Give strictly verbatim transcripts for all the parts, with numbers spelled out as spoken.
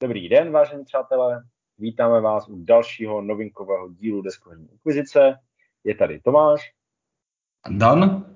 Dobrý den, vážení přátelé. Vítáme vás u dalšího novinkového dílu Deskoherní inkvizice. Je tady Tomáš. Dan.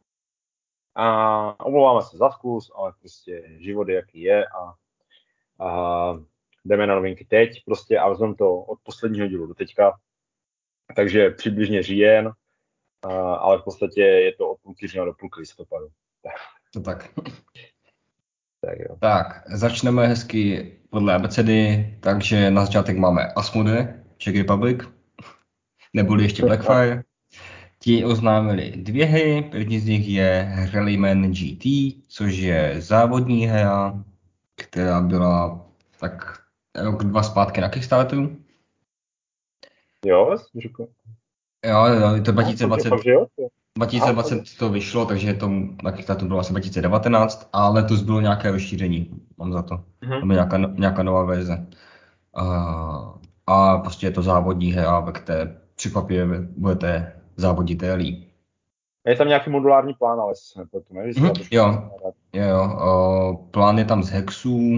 A omlouváme se za zkus, ale prostě život je, jaký je a, a jdeme na novinky teď. Prostě a vezmeme to od posledního dílu do teďka. Takže přibližně říjen, a, ale v podstatě je to od půlky října do půlky listopadu. To tak. Tak, jo. Tak, začneme hezky podle abecedy, takže na začátek máme Asmodee, Czech Republic, neboli ještě Blackfire. Ti oznámili dvě hry, první z nich je Rallyman G T, což je závodní hra, která byla tak rok, dva zpátky na Kickstarteru. Jo, jsem řekl. Jo, jo, je to dva tisíce dvacet, No, takže jo. dva tisíce dvacet to vyšlo, takže to na Kickstarteru bylo asi dva tisíce devatenáct, a letos bylo nějaké rozšíření, mám za to. Mhm. To byla nějaká, nějaká nová verze. A, a prostě je to závodní hra, ve které při papíře budete závodit rally. Je tam nějaký modulární plán, ale se nepletu, ne? Mhm, jo, jo, jo. O, plán je tam z hexů.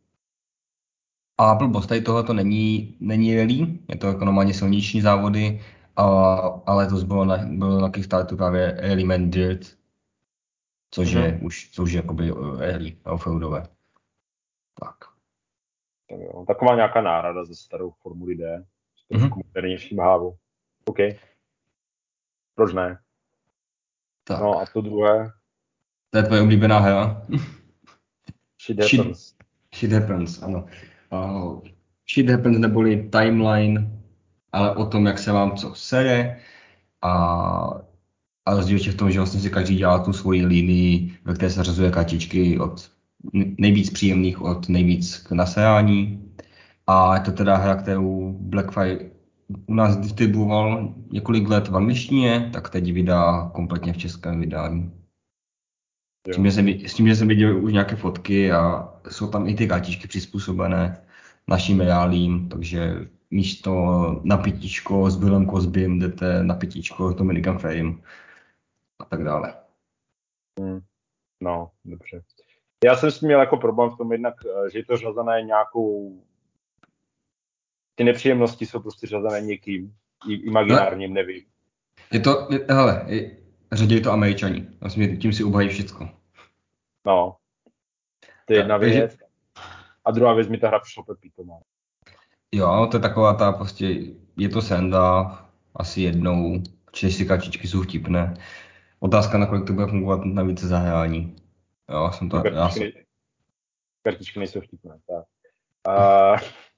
A blbost, tady tohle to není, není rally, je to jako normálně silniční závody, a, ale to bylo na, bylo na Kickstarteru právě Rallyman Dirt, což Mhm. je už, což je jakoby rally offroadové. Tak. Tak jo. Taková nějaká náhrada ze starou Formuli D, s trošku Mhm. modernějším hávou. OK. Proč ne? Tak. No a to druhé. To je tvoje oblíbená hra? Shit happens. Shit happens, ano. Uh, shit happens neboli timeline, ale o tom, jak se vám co sere, a, a rozdíl je v tom, že vlastně si každý dělá tu svoji linii, ve které se řazuje kartičky od nejvíc příjemných od nejvíc k naserání. A je to teda hra, kterou Blackfire u nás distribuoval několik let v angličtině, tak teď vydá kompletně v českém vydání. S tím, že jsem, s tím, že jsem viděl už nějaké fotky a jsou tam i ty kartičky přizpůsobené našim reálím, takže místo na pitíčko s Billem Cosbym jdete na pitíčko s Dominikem Ferrym a tak dále. Hmm. No, dobře. Já jsem s tím měl jako problém v tom jednak, že je to řazené nějakou... Ty nepříjemnosti jsou prostě řazené někým imaginárním, nevím. Je to, je, hele, je, řadí to Američani, vlastně tím si ubají všecko. No, to je jedna Ja, takže, věc. A druhá věc, mi ta hra přišla pepítomá. Jo, to je taková ta prostě, je to senda, asi jednou, čtyři si kartičky jsou vtipné. Otázka, nakolik to bude fungovat na více zahrání. Jo, jsem to, No, já jsem... kartičky, kartičky nejsou vtipné, tak. A...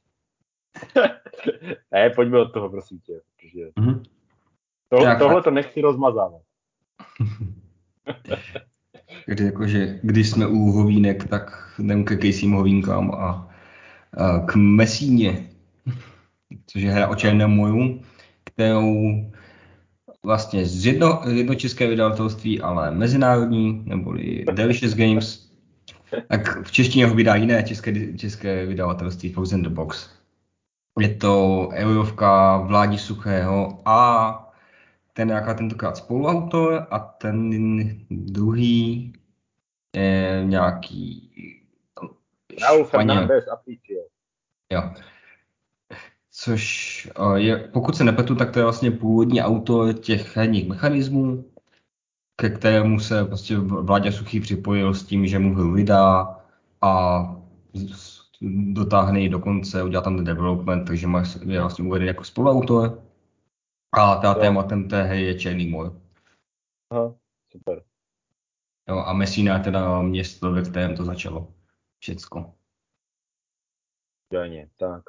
ne, pojďme od toho, prosím tě, protože Mhm. to, Jak, tohle to nechci rozmazávat. Kdy, jakože, když jsme u hovínek, tak jdem ke kejsím hovínkám a, a k Mesíně, což je hra o černém moju, kterou vlastně z jedno, jedno české vydavatelství, ale mezinárodní, neboli Delicious Games, tak v češtině ho vydá jiné české, české vydavatelství Frozen the Box. Je to eurovka Vládi Suchého a ten nějaká tentokrát spoluautor a ten druhý je nějaký Raúl Španěl. Fernández Aparicio. Jo. Což je, pokud se nepletu, tak to je vlastně původní autor těch herních mechanismů, ke kterému se prostě Vláďa Suchý připojil s tím, že mu hru vydá a dotáhne ji do konce, udělá tam ten development, takže je vlastně uveden jako spoluautor. A ta tématem té hry je Černý mor. Aha, super. Jo, a Messina je teda město, ve kterém to začalo. Všecko. Dělně, tak.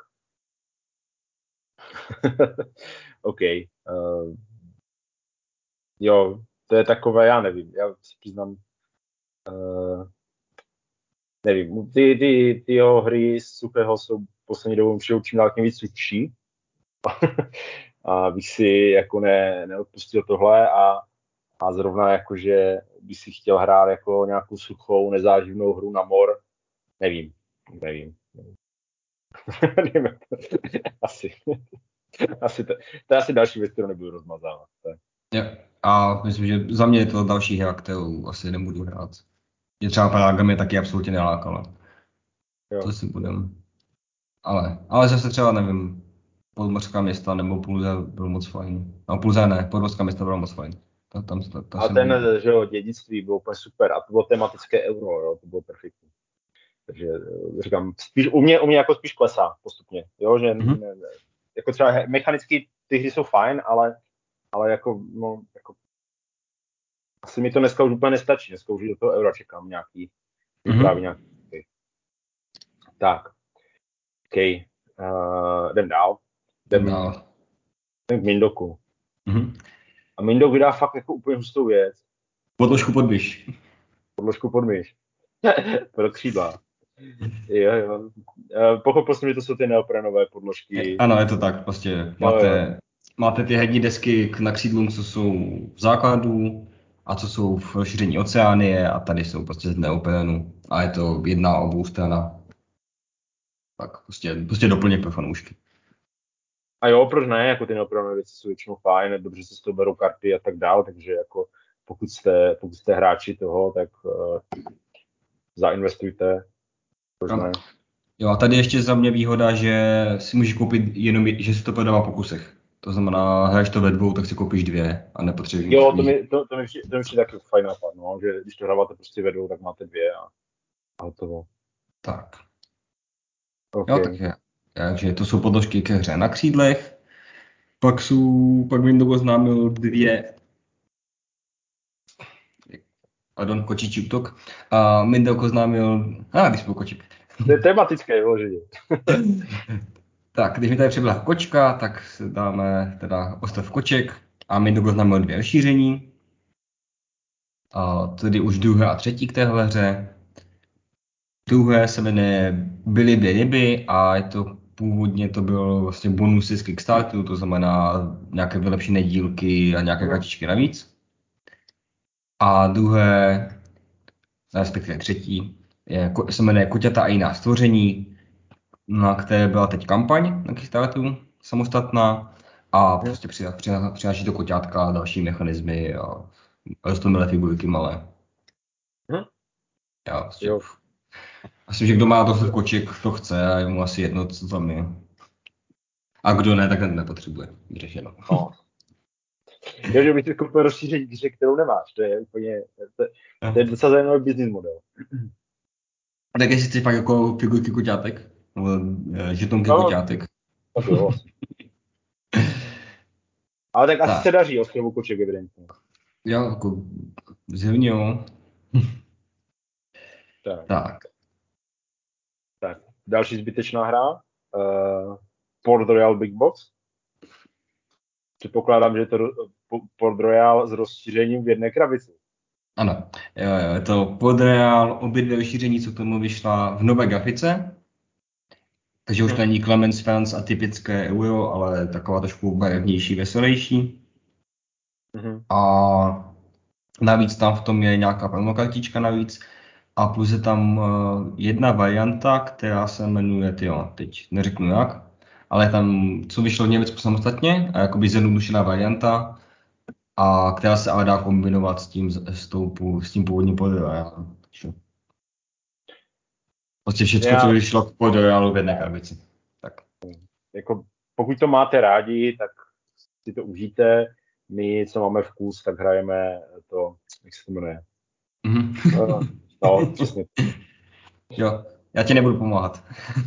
OK. Uh, jo, to je takové, já nevím, já si přiznám, uh, nevím, ty, ty, ty jeho hry z Suchého jsou poslední dobou všeho čím dál tím víc suchší. A bych si jako ne, neodpustil tohle a, a zrovna jakože bych si chtěl hrát jako nějakou suchou, nezáživnou hru na mor, nevím, nevím. nevím. asi. asi to, to je asi další věc, kterou nebudu rozmazávat. Jo, a myslím, že za mě je to další hra, kterou asi nebudu hrát. Je třeba Paraga mě taky absolutně nelákala. Jo. To si budem. Ale, ale zase třeba, nevím, podmořská města nebo Pulze byl moc fajn. No Pulze ne, podmořská města bylo moc fajn. To, tam, to, to A se mi ten, líbilo. že jo, dědictví bylo úplně super. A to bylo tematické euro, jo, to bylo perfektní. Takže eh, říkám, spíš, u, mě, u mě jako spíš klesá postupně. Jo, že Mhm. ne, ne, jako třeba he- mechanicky ty hry jsou fajn, ale, ale jako, no, jako asi mi to dneska už úplně nestačí. Dneska už do toho eura čekám nějaký výpravy, Mhm. nějaký. Okay. Tak, OK. Uh, jdem dál. Jdem Jdem, dál. jdem k Mindoku. Mhm. A Mindok vydá fakt jako úplně hustou věc. Podložku podběž. Podložku pod myš. Pro křídla. Jo, jo. Uh, pochopil jsem, že to jsou ty neoprenové podložky. Ano, je to tak, prostě Jo, jo. máte, máte ty herní desky k- na křídlům, co jsou v základu a co jsou v rozšíření oceánie a tady jsou prostě z neoprenu a je to jedna obou strana. Tak prostě, prostě doplněk pro fanoušky. A jo, proč ne, jako ty neoprenové věci jsou většinou fajn, dobře se z toho berou karty a tak dál, takže jako pokud jste, pokud jste hráči toho, tak uh, zainvestujte, proč Ano. ne. Jo, a tady ještě za mě výhoda, že si můžeš koupit jenom, je- že se to prodává po kusech. To znamená, hraješ to ve dvou, tak si koupíš dvě a nepotřebuješ Jo, to mít. mi, to, to mi, přijde, to mi přijde taky fajn nápad, no, že když to hráváte prostě vedou, tak máte dvě a, a hotovo. Tak. OK. Jo, tak je. Takže to jsou podložky ke hře na křídlech. Pak jsou, pak Windows oznámil dvě, pardon, kočičí útok. A Windows oznámil, a ah, když byl kočík. To je tematické vyloženě. Tak, když mi tady přibyla kočka, tak si dáme teda ostrov koček a Windows oznámil dvě rozšíření. A tedy už druhé a třetí k téhle hře. Druhé se jmenuje Billy Billy a je to původně to bylo vlastně bonusy z Kickstarteru, to znamená nějaké vylepšené dílky a nějaké Mhm. kartičky navíc. A druhé, respektive třetí, je, se jmenuje Koťata a jiná stvoření, na které byla teď kampaň na Kickstarteru samostatná a prostě přináší to koťátka a další mechanismy a rostomilé figurky malé. Mhm. Já prostě, Jo. myslím, že kdo má dost koček, to chce a je mu asi jedno, co tam je. A kdo ne, tak ten nepotřebuje, řešeno. No. Jo, že bych si koupil rozšíření hře, kterou nemáš, to je úplně, to, to je docela zajímavý business model. Tak jestli chceš pak jako figurky koťátek, nebo eh, žetonky No, koťátek. tak jo, asi. Ale tak asi Tak, se daří ostrovu koček, evidentně. jo, jako zjevně jo. Tak, Tak, tak. Další zbytečná hra. Uh, Port Royal Big Box. Předpokládám, že je to ro- po- Port Royal s rozšířením v jedné krabici. ano, jo, jo, je to Podreal, obě dvě rozšíření, co k tomu vyšla v nové grafice. Takže už to Mhm. není Clemens Fans a typické euro, ale taková trošku barevnější, veselější. Mhm. A navíc tam v tom je nějaká promokartička navíc. A plus je tam uh, jedna varianta, která se jmenuje, tyjo, teď neřeknu jak, ale tam, co vyšlo v Německu samostatně, a jakoby zjednodušená varianta, a která se ale dá kombinovat s tím, s, tou, pů- s tím původním podrojalem. Prostě všechno, co Já, vyšlo k podrojalu v jedné krabici. Tak. jako, pokud to máte rádi, tak si to užijte. My, co máme vkus, tak hrajeme to, jak se to jmenuje. Mhm. Uh, no, přesně. Jo, já ti nebudu pomáhat.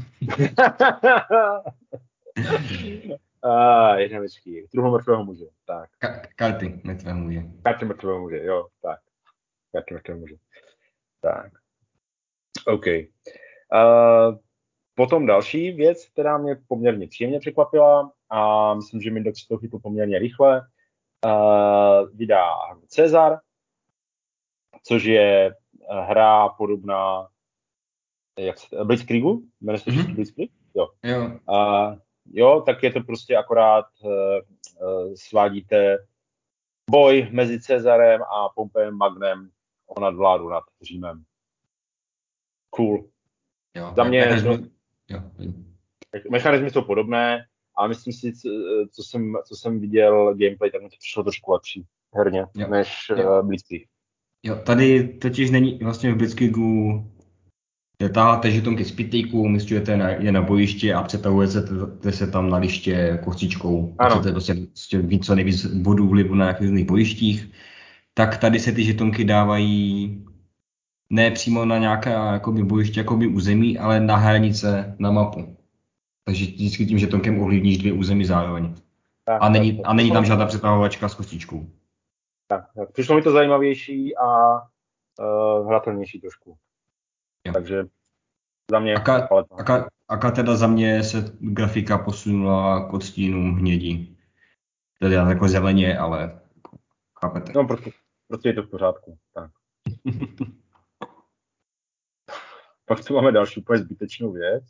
uh, jedna věčky. Druhou mrtvého muže. Tak. Ka- karty mrtvého muže. Karty mrtvého muže, jo, tak. Karty mrtvého muže. Tak. OK. Uh, potom další věc, která mě poměrně příjemně překvapila a myslím, že mi do toho chytl poměrně rychle, uh, vydá Cezar, což je hra podobná jak se, Blitzkriegu, jmenuje se český Mhm. Blitzkrieg? Jo. Jo. Uh, jo, tak je to prostě akorát uh, uh, svádíte boj mezi Cezarem a Pompejem Magnem o nadvládu nad Římem. Cool. Jo, Za jak, jak mě až to, byl- jo, jo. mechanismy jsou podobné, ale myslím si, co, co, jsem, co jsem viděl gameplay, tak mi to přišlo trošku lepší herně, Jo. než Jo. uh, Blitzkrieg. Jo, tady totiž není vlastně v Blitzkriegu Táháte žetonky z pitlíku, umístujete na, je na bojiště a přetahujete se tam na liště kostičkou. Ano. Chcete prostě, prostě víc co nejvíc bodů vlivu na nějakých různých bojištích. Tak tady se ty žetonky dávají ne přímo na nějaké jakoby, bojiště, jakoby území, ale na hranice na mapu. Takže vždycky tím žetonkem ovlivníš dvě území zároveň. Tak, A není, tak, a není tam žádná přetahovačka s kostičkou. tak, tak. Přišlo mi to zajímavější a uh, hratelnější trošku. Jo. Takže za mě... Aka, aka, aka teda za mě se grafika posunula k odstínům hnědí. Tedy jako zeleně, ale chápete. No, prostě, prostě je to v pořádku. Tak. Pak tu máme další úplně zbytečnou věc.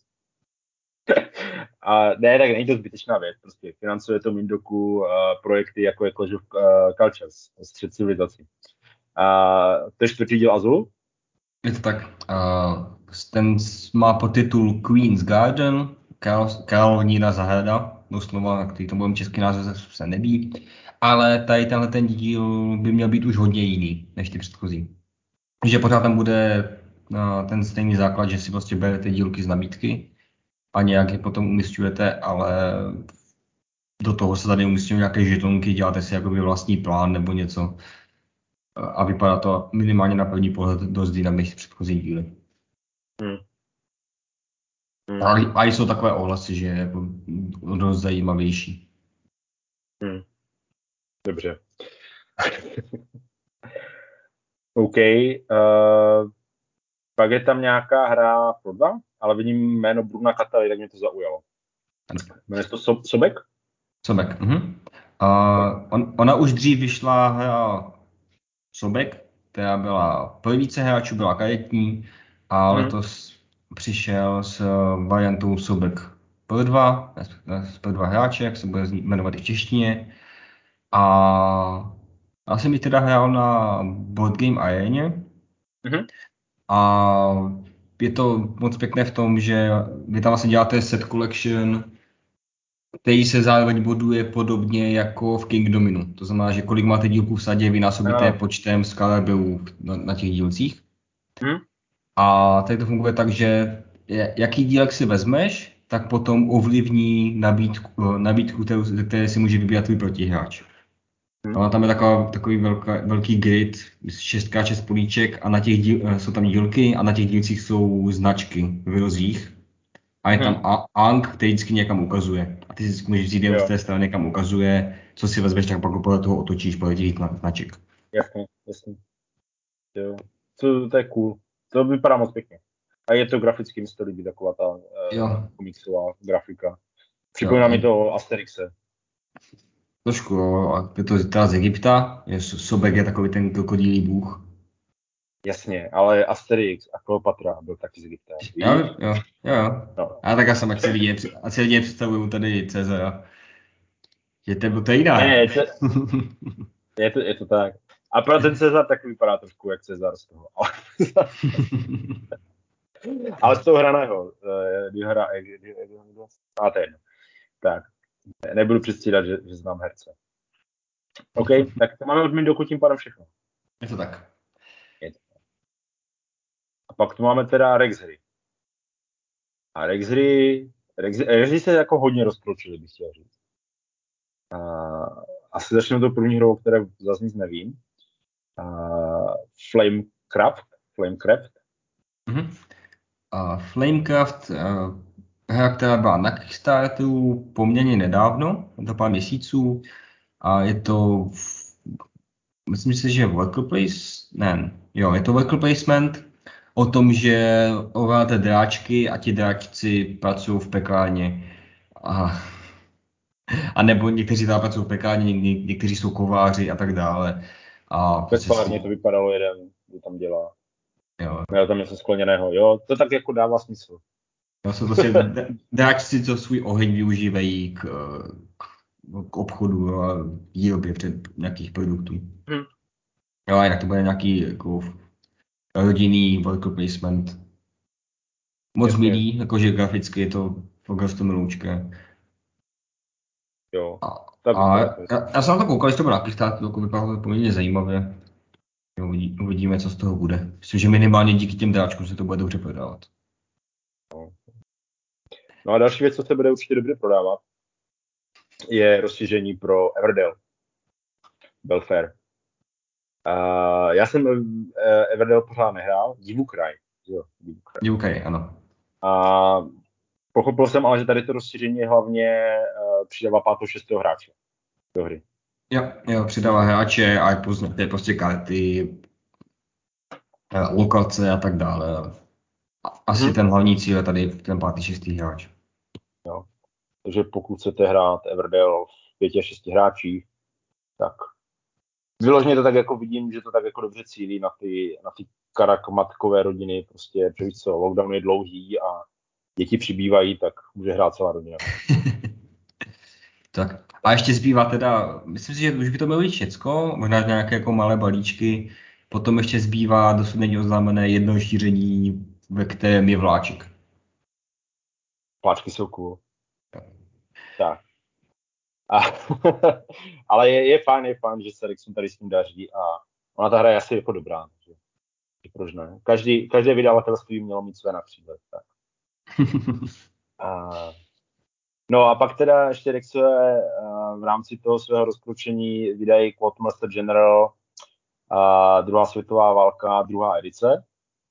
A ne, tak není to zbytečná věc. Prostě financuje to Mindoku uh, projekty jako je Clash of uh, Cultures, střed civilizací. Uh, to je čtvrtý díl Azul. Je to tak. Uh, ten má podtitul Queen's Garden, královnína zahrada, doslova, který to byl český název se neví, ale tady tenhle ten díl by měl být už hodně jiný než ty předchozí. Že pořád tam bude uh, ten stejný základ, že si prostě berete dílky z nabídky a nějak je potom umístujete, ale do toho se tady umístují nějaké žetonky, děláte si jakoby vlastní plán nebo něco. A vypadá to minimálně na první pohled dost dynamicky předchozí díly. Hmm. Hmm. A, a jsou takové ohlasy, že je jako dost zajímavější. Hmm. Dobře. OK. Uh, pak je tam nějaká hra pro dva, ale vidím jméno Bruna Kataly, tak mě to zaujalo. Jmenuje to so- Sobek? Sobek, mhm. Uh, on, ona už dřív vyšla hra Sobek, která byla pro více hráčů, byla karetní a Hmm. letos přišel s variantou Sobek pro dva, pro dva hráče, jak se bude jmenovat i v češtině. A já jsem ji teda hrál na Board Game Areně. Mm-hmm. A je to moc pěkné v tom, že vy tam vlastně děláte set collection, který se zároveň boduje podobně jako v King Dominu. To znamená, že kolik máte dílků v sadě, vy násobíte no. počtem skalebelů na, na těch dílcích. Mm. A tady to funguje tak, že jaký dílek si vezmeš, tak potom ovlivní nabídku, nabídku kterou, které si může vybírat tvůj protihráč. Hmm. A tam je taková, takový velká, velký grid, šest krát šest políček a na těch díl, jsou tam dílky a na těch dílcích jsou značky v rozích. A je tam hmm. Ang, který vždycky někam ukazuje. A ty si můžeš vzít z té strany, kam ukazuje, co si vezmeš, tak pak podle toho otočíš podle těch značek. Jasně, jasně. Jo. To, to je cool. To vypadá moc pěkně. A je to graficky, mi se to líbí, taková ta uh, komiksová grafika. Připomíná mi to Asterixe. Trošku, jo. Je to teda z Egypta, je Sobek je takový ten krokodýlí bůh. Jasně, ale Asterix a Kleopatra byl taky z Egypta. Jo, jo, jo. No. A tak já jsem, ať si lidi, ať si lidi představuju tady Cezara. Je to, to jiná. Ne, je, to, je, to, je to tak. A pro ten Cezar taky vypadá trošku jak Cezar z toho. Ale z toho hraného. Hra, a to je jedno. Tak, nebudu předstírat, že, že znám herce. OK, tak to máme od Mindoku tím pádem všechno. Je to tak. Je to tak. A pak tu máme teda Rexhry. A Rexhry, Rexhry se jako hodně rozkročili, bych chtěl říct. A asi začneme to první hrou, které zase nic nevím. A Flamecraft. Flamecraft. Mm-hmm. Uh, Flamecraft, uh, hra, která byla na Kickstarteru poměrně nedávno, za pár měsíců. A je to, myslím si, že worker place, ne, jo, je to worker placement o tom, že ovládáte dráčky a ti dráčci pracují v pekárně. A, a nebo někteří tam pracují v pekárně, ně, někteří jsou kováři a tak dále. A Bez párně to vypadalo jeden, kdo tam dělá. Jo. Měl tam něco skloněného. Jo, to tak jako dává smysl. Jo, jsou prostě dráčci, co svůj oheň využívají k, k, k obchodu a výrobě před nějakých produktů. Hmm. Jo, a jinak to bude nějaký jako rodinný worker placement. Moc Jasně. milý, jakože graficky je to opravdu miloučké. Jo. A, a já, já jsem na to koukal, že to bylo na Kickstarteru, to vypadalo poměrně zajímavě. Jo, uvidí, uvidíme, co z toho bude. Myslím, že minimálně díky těm dráčkům se to bude dobře prodávat. No. no a další věc, co se bude určitě dobře prodávat, je rozšíření pro Everdell. Belfair. Uh, já jsem uh, Everdell pořád nehrál, divu kraj. Jo, divu kraj. divu kraj, ano. A pochopil jsem ale, že tady to rozšíření hlavně uh, přidává pátého, šestého hráče do hry. Jo, jo, přidává hráče a prostě, prostě karty, lokace a tak dále. Asi mm-hmm. ten hlavní cíl je tady ten pátý, šestý hráč. Jo. Takže pokud chcete hrát Everdell v pěti a šesti hráčích, tak vyloženě to tak jako vidím, že to tak jako dobře cílí na ty, na ty karakmatkové rodiny, prostě, protože víc co, lockdown je dlouhý a děti přibývají, tak může hrát celá rodina. Tak. A ještě zbývá teda, myslím si, že už by to bylo i všecko, možná nějaké jako malé balíčky, potom ještě zbývá dosud není oznámené jedno šíření, ve kterém je vláček. Vláčky jsou cool. Tak. A, ale je, je fajn, je fajn, že se Rexům tady s tím daří a ona ta hra je asi jako dobrá. Takže, proč ne? Každý, každé vydavatelství mělo mít své například. Tak. a, no a pak teda ještě Rexové v rámci toho svého rozkročení vydají Quartermaster General a druhá světová válka, druhá edice.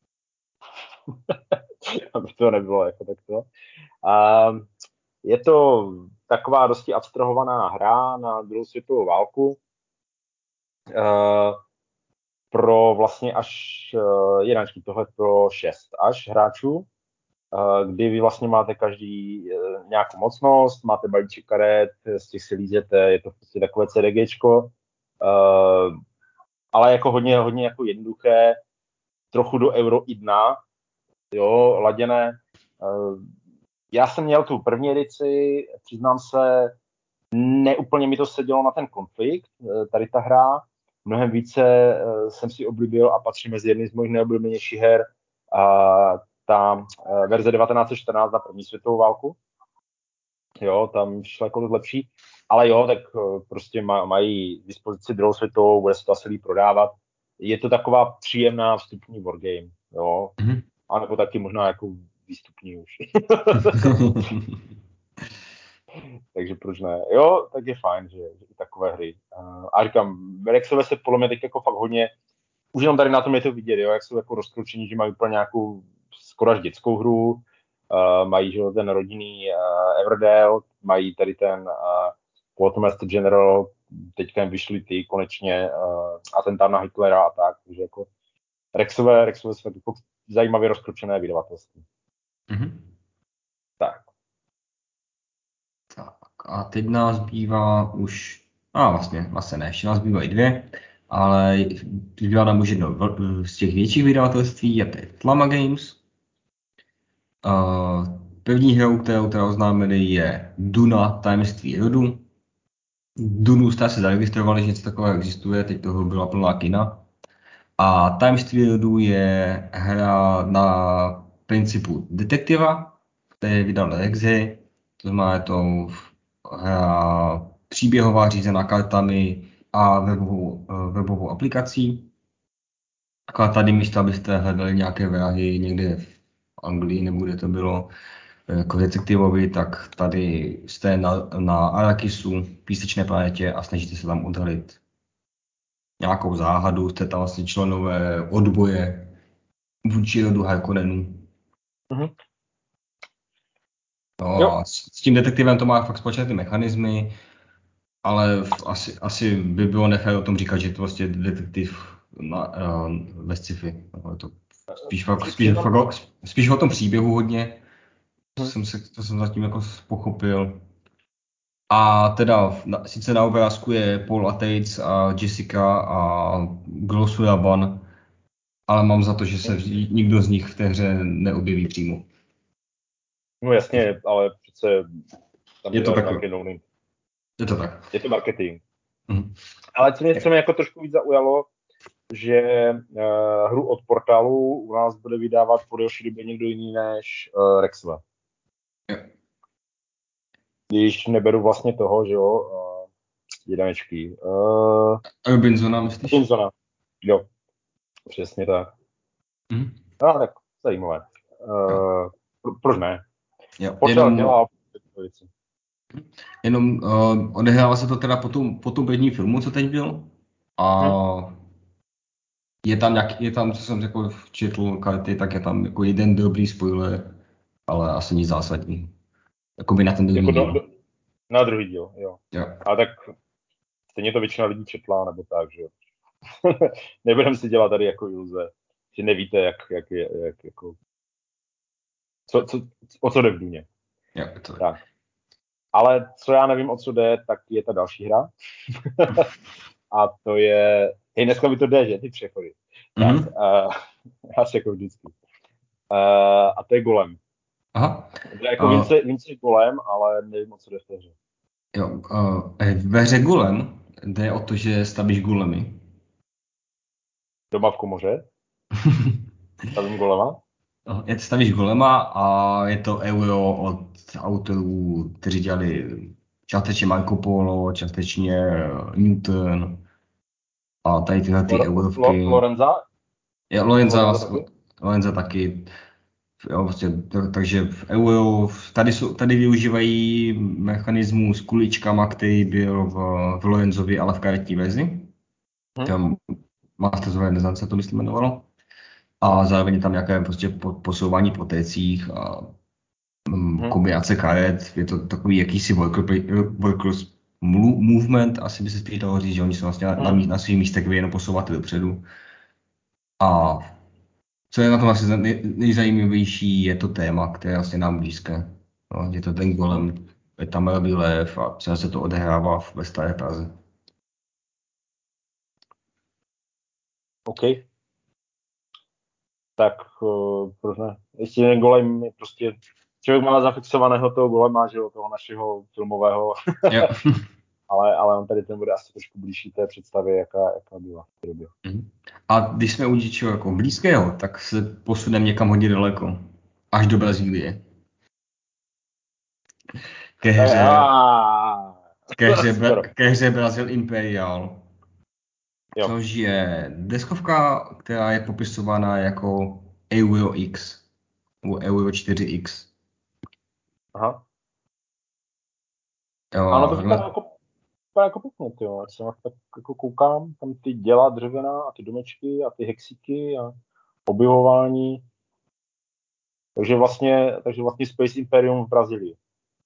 Aby to nebylo jako takto. A je to taková dosti abstrahovaná hra na druhou světovou válku. Uh, pro vlastně až uh, jedančky, tohle pro šest až hráčů, uh, kdy vy vlastně máte každý uh, nějakou mocnost, máte balíček karet, z těch si lízete, je to prostě takové CDGčko, uh, ale jako hodně, hodně jako jednoduché, trochu do euro i dna, jo, laděné. Uh, já jsem měl tu první edici, přiznám se, neúplně mi to sedělo na ten konflikt, tady ta hra. Mnohem více uh, jsem si oblíbil a patří mezi jedny z mojich nejoblíbenějších her a ta uh, verze devatenáct set čtrnáct na první světovou válku. Jo, tam šlo jako lepší. Ale jo, tak uh, prostě maj, mají k dispozici druhou světovou, bude se to asi líp prodávat. Je to taková příjemná vstupní wargame, jo. Mm-hmm. A nebo taky možná jako výstupní už. Takže proč ne? Jo, tak je fajn, že, že i takové hry. Uh, a říkám, Rexové se podle mě teď jako fakt hodně, už jenom tady na tom je to vidět, jo, jak jsou jako rozkročení, že mají úplně nějakou skoro až dětskou hru, uh, mají že, ten rodinný uh, Everdell, mají tady ten uh, Quartermaster General, teďka jim vyšly ty konečně uh, atentát na Hitlera a tak, takže jako Rexové, Rexové jsou jako zajímavě rozkročené vydavatelství. Mm-hmm. Tak. Tak a teď nás bývá už, a vlastně, vlastně ne, ještě nás bývají dvě, ale zbývá nám už jedno z těch větších vydavatelství, a to je Tlama Games. Uh, první hrou, kterou teda oznámili, je Duna, tajemství rodu. Dunu jste se zaregistrovali, že něco takového existuje, teď toho byla plná kina. A tajemství rodu je hra na principu detektiva, který vydal Rexy, to znamená, je to hra příběhová, řízená kartami a webovou, webovou aplikací. Akorát tady místo, abyste hledali nějaké vrahy někde v Anglii, nebo kde to bylo jako detektivovi, tak tady jste na, na Arakisu, písečné planetě a snažíte se tam odhalit nějakou záhadu, jste tam vlastně členové odboje vůči rodu Harkonnenů. Mm-hmm. No a s, s tím detektivem to má fakt spočítat ty mechanismy, ale v, asi, asi by bylo nefér o tom říkat, že to vlastně detektiv na, uh, ve sci-fi. No, to spíš, fakt, spíš, fakt, spíš o tom příběhu hodně, to jsem, se, to jsem zatím jako pochopil. A teda na, sice na obrázku je Paul Atreides a Jessica a Glossu Raban, ale mám za to, že se nikdo z nich v té hře neobjeví přímo. No jasně, ale přece tam je to tak. Je to tak. Je to marketing. Mhm. Ale co mě, co mě jako trošku víc zaujalo, že uh, hru od Portálu u nás bude vydávat po delší době někdo jiný než uh, Rexové. Když neberu vlastně toho, že jo, uh, jedanečky. Uh, Robinzona, myslíš? Robinzona, jo. Přesně tak. Mhm. No, tak zajímavé. Uh, Pro, proč ne? Jo, Portal jenom, dělá věci. jenom uh, odehrává se to teda po tom, po tom prvním filmu, co teď byl. A Hm. je tam, jak, je tam, co jsem jako četl karty, tak je tam jako jeden dobrý spoiler, ale asi nic zásadní. Jakoby na ten druhý Jako do, díl. do, na druhý díl, jo. Jo. A tak stejně to většina lidí četla, nebo tak, že nebudeme si dělat tady jako iluze, že nevíte, jak, jak je, jak, jako, co, co, o co jde v Duně. Jo, to Tak. Ale co já nevím, o co jde, tak je ta další hra. A to je, hej, dneska mi to jde, že, ty přechody. mm-hmm. Tak, uh, asi jako vždycky. Uh, a to je Golem. Aha. To je jako Uh, více, více Golem, ale nevím, o co jde v té hře. Jo, uh, ve hře Golem jde o to, že stavíš golemy. Doma v komoře? Stavím Golema? Je stavíš golema a je to euro od autorů, kteří dělali částečně Marco Polo, částečně Newton a tady tyhle ty eurovky. Lorenza? Je Lorenza, Lorenza taky? Lorenza taky. Jo, vlastně, takže v euro, tady, jsou, tady využívají mechanismus s kuličkama, který byl v, v Lorenzovi, ale v karetní verzi. Hm? Masters of Renaissance se to myslím jmenovalo. A zároveň je tam nějaké prostě posouvání po técích a um, kombinace karet. Je to takový jakýsi worker, workers movement, asi by se spíš dalo říct, že oni jsou vlastně na, na, na svých místech, vy jenom posouváte dopředu. A co je na tom asi nej, nejzajímavější, je to téma, které je vlastně nám blízké. No, je to ten Golem, je tam Melby Lev a celé se to odehrává ve Staré Praze. OK. Tak uh, proč ne? Jestli ten Golem je prostě, člověk má zafixovaného toho Golema, že jo, toho našeho filmového, Jo. ale, ale on tady ten bude asi trošku blížší té představě, jaká, jaká byla v té době. A když jsme u něčeho jako blízkého, tak se posuneme někam hodně daleko. Až do Brazílie. Ke hře, ke hře, ke hře Brazil Imperial. Jo. Což je deskovka, která je popisována jako Euro X. Nebo Euro čtyři X. Aha. Jo, ano, to vypadá na... jako, vypadá jako pěkně, tyjo. Já se tak jako koukám, tam ty děla dřevěná a ty domečky a ty hexíky a objevování. Takže vlastně, takže vlastně Space Imperium v Brazílii.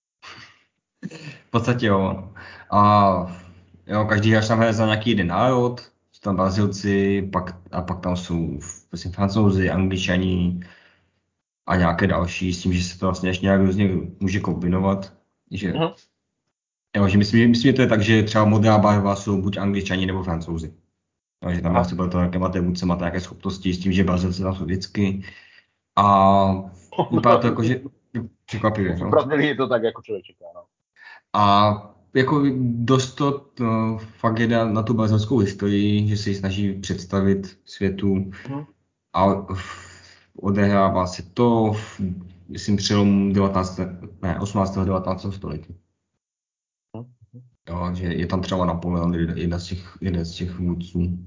V podstatě jo. A jo, každý hráč tam hraje za nějaký jeden národ. Jsou tam Brazilci, pak, a pak tam jsou vlastně Francouzi, Angličani a nějaké další, s tím, že se to vlastně ještě nějak různě může kombinovat. Že, Mhm. jo, že myslím, myslím, že to je tak, že třeba modrá barva jsou buď Angličani nebo Francouzi. No, že tam Aha. asi bude to, jaké máte vůdce, máte nějaké schopnosti, s tím, že Brazilci tam jsou vždycky. A vypadá to jako, že překvapivě. V No. Brazílii je to tak, jako člověk čeká. No. A jako dost to no, fakt jde na tu brazilskou historii, že se ji snaží představit světu. Mhm. A odehrává se to, v, myslím, přelom devatenáctého ne, osmnáctého devatenáctého století. Mhm. Jo, že je tam třeba Napoleon, jeden z těch, jeden z těch vůdců.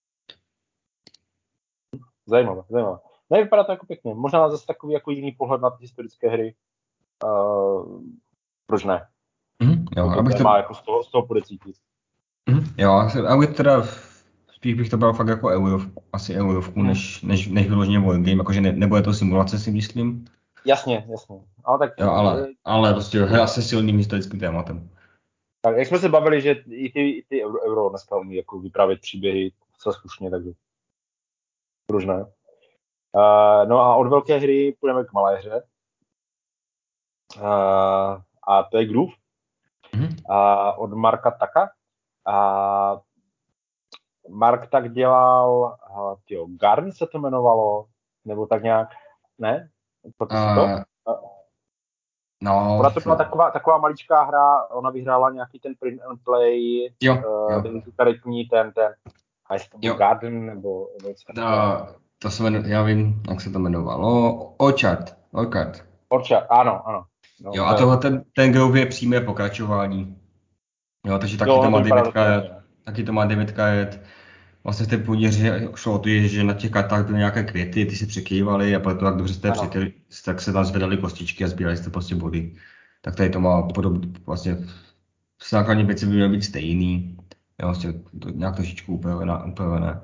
Zajímavé, zajímavé. Ne, vypadá to jako pěkně. Možná zase takový jako jiný pohled na ty historické hry. Uh, proč ne? Mm, jo, To abych téma to... jako z toho, z toho bude cítit. Mm, jo, abych teda spíš bych to bral fakt jako eurovku, asi eurovku, Mm. než, než, než vyloženě wargame, jakože ne, nebude to simulace, si myslím. Jasně, jasně. Ale tak, Jo, ale, ale prostě hra se silným historickým tématem. tak jak jsme se bavili, že i ty, i ty euro, euro dneska umí jako vyprávět příběhy se slušně, takže proč ne? Uh, no a od velké hry půjdeme k malé hře. Uh, a to je Groove. Mm-hmm. Uh, od Marka Taka. A uh, Mark tak dělal, uh, tyjo, Garn se to jmenovalo, nebo tak nějak, ne? Proto si to? Uh, no, ona to byla taková, taková maličká hra, ona vyhrála nějaký ten print and play, jo, jo. uh, karetní, ten, ten, a jestli to byl Garden, nebo něco. To se jmenuje, já vím, jak se to jmenovalo, Orchard, Orchard. Orchard, ano, ano. No, jo, a tohle ten, ten Groove je přímé pokračování. Jo, takže taky jo, to má to devět karet, taky to má devět karet. vlastně v té půdě šlo o to, že na těch kartách byly nějaké květy, ty se překývaly a potom, jak dobře jste přijeli, tak se tam zvedaly kostičky a sbírali jste prostě body. Tak tady to má podobně, vlastně základní věci by měly být stejný, jo, vlastně to, nějak trošičku upravené. upravené.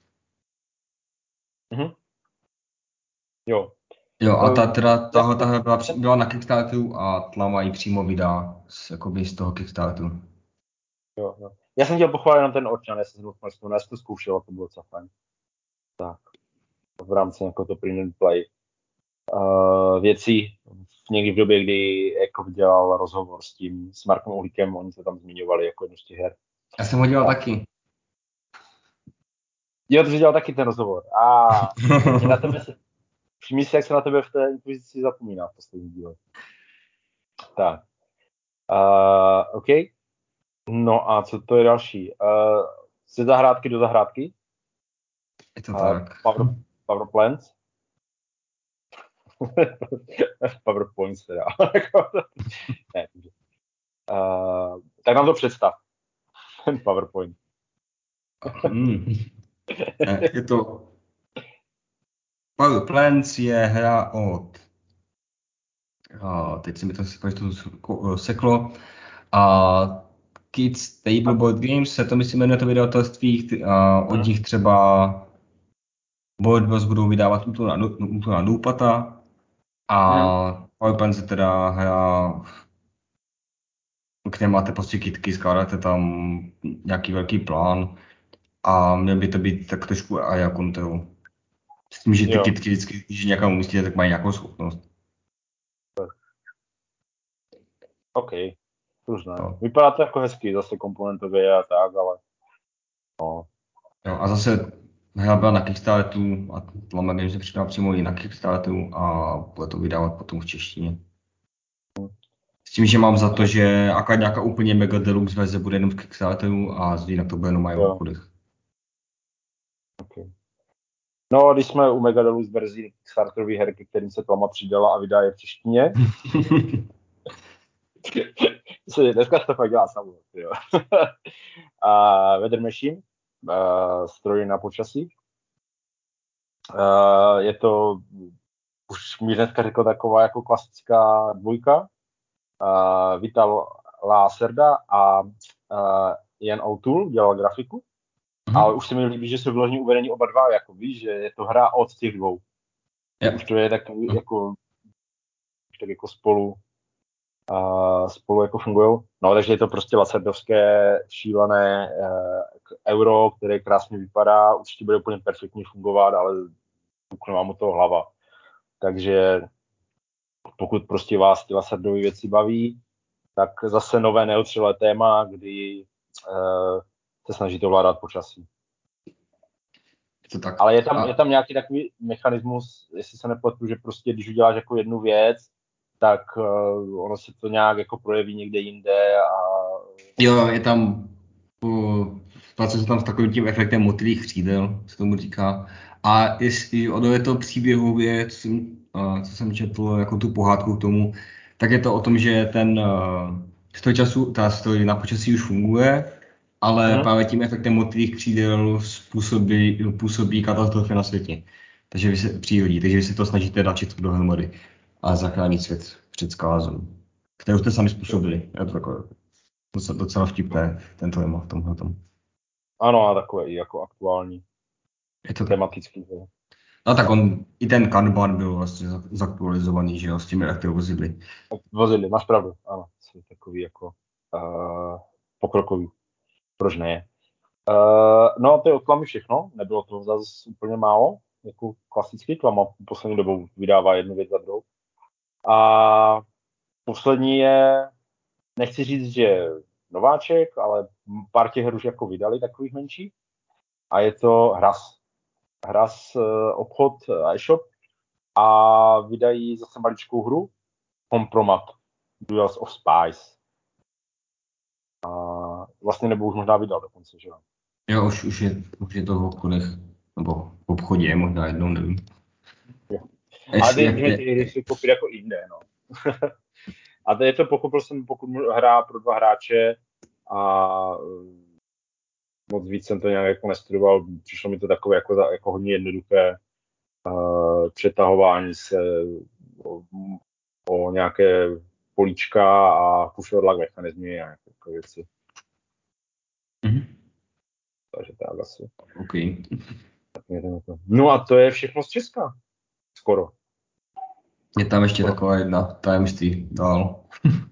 Mhm. Jo. Jo, a ta teda, tahle, tahle byla, byla na Kickstarteru a Tlama ji přímo vydá z, jakoby z toho Kickstarteru. Jo, jo. Já jsem chtěl pochválit na ten očan, já jsem to já jsem to zkoušel a to bylo docela fajn. Tak. V rámci jako to print and play uh, věcí někdy v době, kdy jako dělal rozhovor s tím, s Markem Uhlíkem, oni se tam zmiňovali jako jednu z těch her. Já jsem ho dělal tak. taky. Jo, ty jsi dělal taky ten rozhovor. A ah, na tebe se, všimni si, jak se na tebe v té inkvizici zapomíná v poslední díle. Tak. Uh, OK. No a co to je další? Uh, ze zahrádky do zahrádky. Je to uh, tak. Power, power plants. PowerPoints teda. ne, uh, tak nám to představ. Ten PowerPoint. hmm. Je to... Power Plants je hra od... A teď se mi to, to seklo. A Kids Tableboard Games se to myslím jmenuje to vydavatelství. A od nich třeba Board Wars budou vydávat Útok na, útok na Důpata. A mm. Power Plants je teda hra, kde máte prostě kitky, skládáte tam nějaký velký plán. A měl by to být tak trošku a jak Control. S tím, že ty kitky vždycky, když někam umístíte, tak mají nějakou schopnost. OK, už ne. No. Vypadá to jako hezky, zase komponentově a tak, ale no. Jo, a zase hra byla na Kickstarteru a Tlama Games se přidal přímo i na Kickstarteru a bude to vydávat potom v češtině. S tím, že mám za to, že aká nějaká úplně mega deluxe verze bude jenom v Kickstarteru a zde jinak to bude jenom mají v obchodech. Okay. No, když jsme u mega deluxe verzí Kickstarterových her, kterým se Tlama přidala a vydá je v češtině. Dneska se to fakt dělá samo. A Weather Machine, uh, stroj na počasí. Uh, je to, už mi dneska řekl, taková jako klasická dvojka. Uh, Vital Lacerda a uh, Ian O'Toole dělal grafiku. Mm-hmm. Ale už se mi líbí, že jsou vložně uvedení oba dva, jako víš, že je to hra od těch dvou. Yep. Už to je takový, mm. jako, tak jako spolu uh, spolu jako fungujou. No, takže je to prostě lacerdovské šílené uh, euro, které krásně vypadá, určitě bude úplně perfektně fungovat, ale ukne vám o toho hlava. Takže pokud prostě vás ty lacerdové věci baví, tak zase nové neotřelé téma, kdy uh, se snažíte ovládat počasí. To tak. Ale je tam, je tam nějaký takový mechanismus, jestli se nepletu, že prostě když uděláš jako jednu věc, tak uh, ono se to nějak jako projeví někde jinde a... Jo, je tam, pracuje se tam s takovým tím efektem motylých křídel, se tomu říká. A jestli ono je to příběhově, co jsem, co jsem četl, jako tu pohádku k tomu, tak je to o tom, že ten stroj času, ta stroj na počasí už funguje, ale hmm. právě tím efektem motylých křídel způsobí, působí katastrofy na světě. Takže vy se přírodí, takže vy se to snažíte dát všechno dohromady a zachránit svět před skálazou, kterou jste sami způsobili. Je to takové docela, docela vtipné, ten téma v tomhle tom. Ano, a takové i jako aktuální. Je to tematický. Tak. No tak on, i ten Kanban byl vlastně zaktualizovaný, že jo, s těmi elektrovozidly. Vozidly, máš pravdu, ano, jsou takový jako uh, pokrokový. Proč ne? Uh, no, to je od Tlamy všechno, nebylo toho zase úplně málo, jako klasický Tlama poslední dobou vydává jednu věc za druhou. A poslední je, nechci říct, že nováček, ale pár těch her už jako vydali takových menších. A je to Hras. Hras uh, obchod e-shop a vydají zase maličkou hru Compromat, Duels of Spies. A vlastně nebo už možná vydal dokonce, že jo? Jo, už, už, je, už je to v obchodech, nebo v obchodě, možná jednou, nevím. Ale ty, ty, ty hry jsou koupit jako jinde, no. A to je to, pochopil jsem, pokud hra pro dva hráče a moc víc jsem to nějak jako nestudoval, přišlo mi to takové jako, jako hodně jednoduché uh, přetahování se o, o nějaké políčka a push or luck mechanizmy a nějaké věci. Mm-hmm. Takže tak asi. OK. Tak to. No a to je všechno z Česka. Skoro. Je tam ještě Skoro. taková jedna tajemství dál.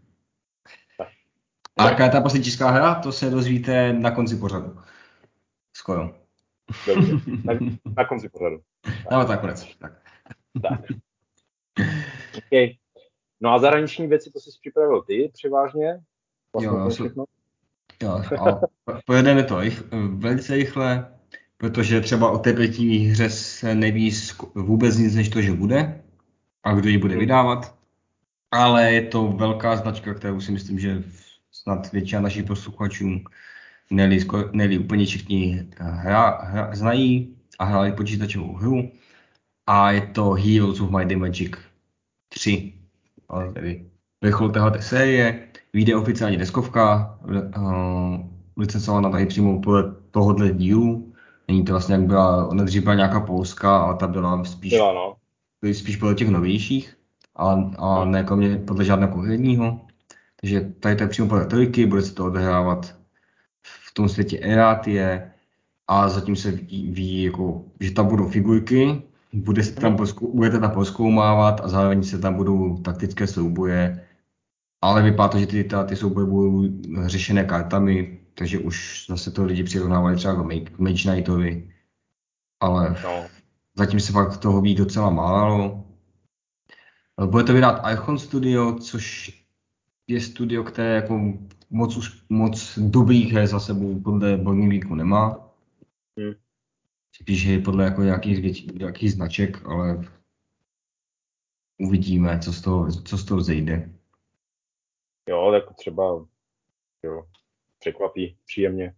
A jaká je ta poslední česká hra, to se dozvíte na konci pořadu. Skoro. Dobře, na, na konci pořadu. No, tak konec. Tak. tak. Okay. No a zahraniční věci, to jsi připravil ty převážně? Vlastně Jo, všechno? Jo, a pojedeme to velice rychle, protože třeba o té první hře se neví vůbec nic než to, že bude a kdo ji bude vydávat. Ale je to velká značka, kterou si myslím, že snad většina našich posluchačů ne úplně všichni hra, hra, znají a hráli počítačovou hru. A je to Heroes of Might and Magic tři. Ale tedy vrchol téhleté série. Vyjde oficiální deskovka, uh, licencovaná tady přímo podle tohohle dílu. Není to vlastně, jak byla, dřív byla nějaká polská, ale ta byla spíš, byla, no. spíš podle těch novějších, a, a ne podle, podle žádného konkrétního. Takže tady to je přímo podle trojky, bude se to odehrávat v tom světě Eratie a zatím se ví, ví jako, že tam budou figurky, bude se tam, mm. budete tam prozkoumávat a zároveň se tam budou taktické souboje. Ale vypadá to, že ty, ty souboje budou řešené kartami, takže už zase to lidi přirovnávali třeba k Mage Knightovi. Ale no. Zatím se fakt toho ví docela málo. Bude to vydat Ichon Studio, což je studio, které jako moc, moc dobrých her za sebou podle Bornvíku nemá. Hmm. Spíš je podle jako nějakých, nějakých značek, ale uvidíme, co z toho, co z toho vzejde. Jo, tak třeba jo, překvapí příjemně.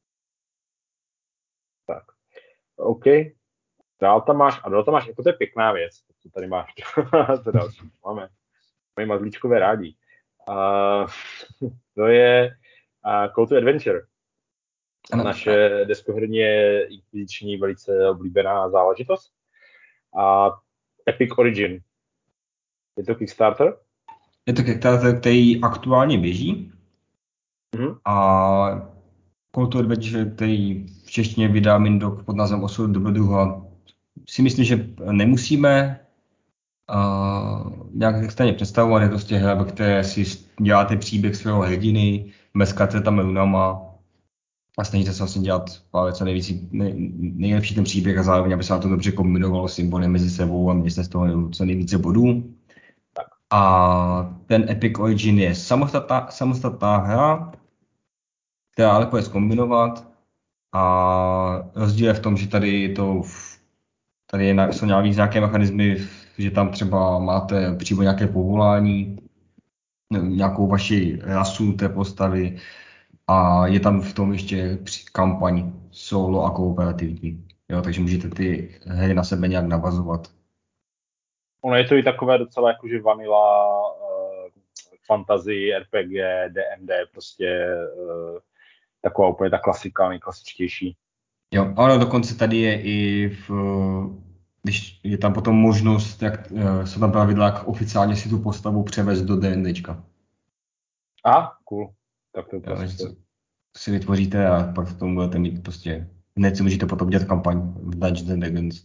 Tak, OK. Dál tam máš, a dál tam máš, jako to je pěkná věc, co tady máš, to další, máme, mají mazlíčkové rádi. Uh, to je uh, Call to Adventure. Ano. Naše deskoherně inkviziční velice oblíbená záležitost. A Epic Origin. Je to Kickstarter? Je to Kickstarter, který aktuálně běží. Mm-hmm. A Call to Adventure, který v češtině vydá Mindok pod názvem Osud dobrodruha, si myslím, že nemusíme uh, nějak extrémně představovat. Je to z těch her, které si děláte příběh svého hrdiny, meskáte tam runama a snažíte se vlastně dělat právě co nejvíc, nej, nejlepší ten příběh a zároveň, aby se to dobře kombinovalo symboly mezi sebou a měli jste z toho co nejvíce bodů. A ten Epic Origin je samostatná, samostatná hra, která ale bude zkombinovat. A rozdíl je v tom, že tady, to, tady je, jsou nějaké mechanismy, že tam třeba máte přímo nějaké povolání, nějakou vaši rasu té postavy a je tam v tom ještě kampaň solo a kooperativní. Jo, takže můžete ty hry na sebe nějak navazovat. Ono je to i takové docela jakože vanilla, uh, fantasy, R P G, D and D, prostě uh, taková úplně ta klasika, nejklasičtější. Jo, ale dokonce tady je i v, když je tam potom možnost, jak jsou tam pravidla, jak oficiálně si tu postavu převést do DNDčka. A, cool. Tak to je jo, prostě. Si vytvoříte a pak v tom budete mít prostě, hned si můžete potom dělat kampaň v Dungeons and Dragons.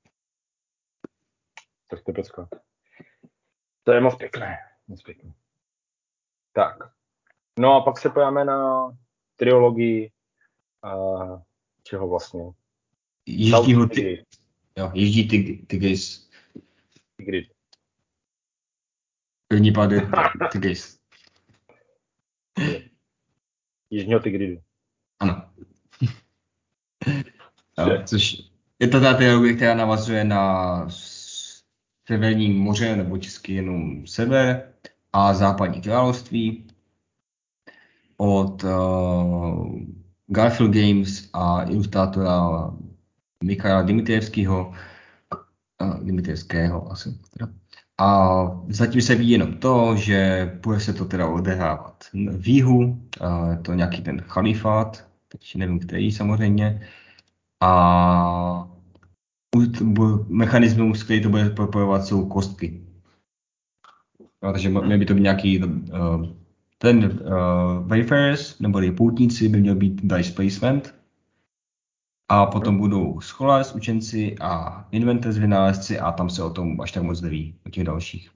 Tak to je pecka. To je moc pěkné. Moc pěkné. Tak. No a pak se pojáme na triologii uh, čeho vlastně? Jižního ty... Jo, Jižní Tigris. Tigris. První pád je Tigris. Jižního Tigridu. Ano. jo, což je to ta triologie, která navazuje na Severní moře, nebo česky jenom sever a západní království od uh, Garfield Games a ilustrátora Michaila Dimitrievského, uh, Dimitrievského asi. Teda. A zatím se ví jenom to, že bude se to teda odehrávat v jihu, uh, je to nějaký ten chalifát, teď nevím, který samozřejmě. A mechanismus, který to bude propojovat, jsou kostky. No, takže měl by to být nějaký uh, ten uh, wayfarers, nebo poutníci by měl být dice placement. A potom hmm. budou scholars, učenci a inventors, vynálezci a tam se o tom až tak moc neví, o těch dalších.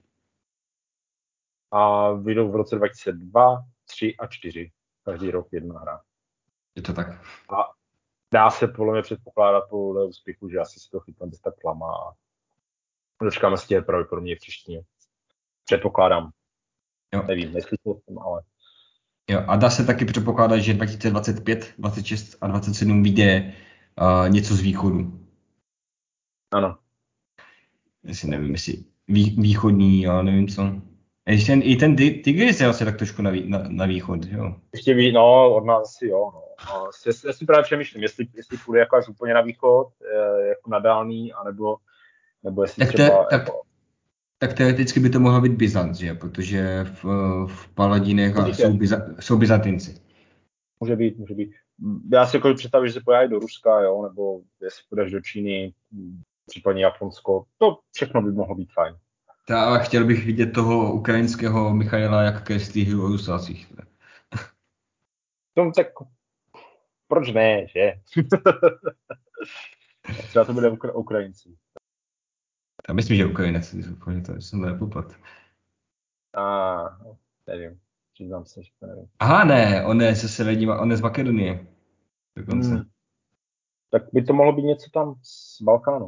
A vyjdou v roce dva tisíce dva, tři a čtyři. Každý rok jedna hra. Je to tak. A dá se podle mě předpokládat po úspěchu, že asi se to chytne bez tak klama a dočkáme si tě pravděpodobně v češtině. Předpokládám. Jo. Nevím, neslyšel jsem, ale... Jo, a dá se taky předpokládat, že dva tisíce dvacet pět, dvacet šest a dvacet sedm vyjde uh, něco z východu. Ano. Jestli nevím, jestli vý, východní, ale nevím co. I ten, i ten Tigris je asi tak trošku na, vý, na, na východ, jo. Ještě ví, no, od nás asi jo, no. A já si právě přemýšlím, jestli, jestli půjde jako až úplně na východ, jako na dálný, anebo, nebo jestli tak třeba... Te, jako... tak, tak teoreticky by to mohlo být Byzanc, že? Protože v, v Paladinech jsou, Byza, jsou Byzantinci. Může být, může být. Já si jako představím, že se pojáde do Ruska, jo, nebo jestli půjdeš do Číny, případně Japonsko, to všechno by mohlo být fajn. Ta, ale chtěl bych vidět toho ukrajinského Michaila, jak kreslí o Rusácích. No, tak proč ne, že? Třeba to bude Ukra- Ukrajinci. Já myslím, že Ukrajinec, to jsem nepopad. A nevím, přiznám se, že to nevím. Aha, ne, on je se severní, on je z Makedonie. Dokonce. Hmm. Tak by to mohlo být něco tam z Balkánu.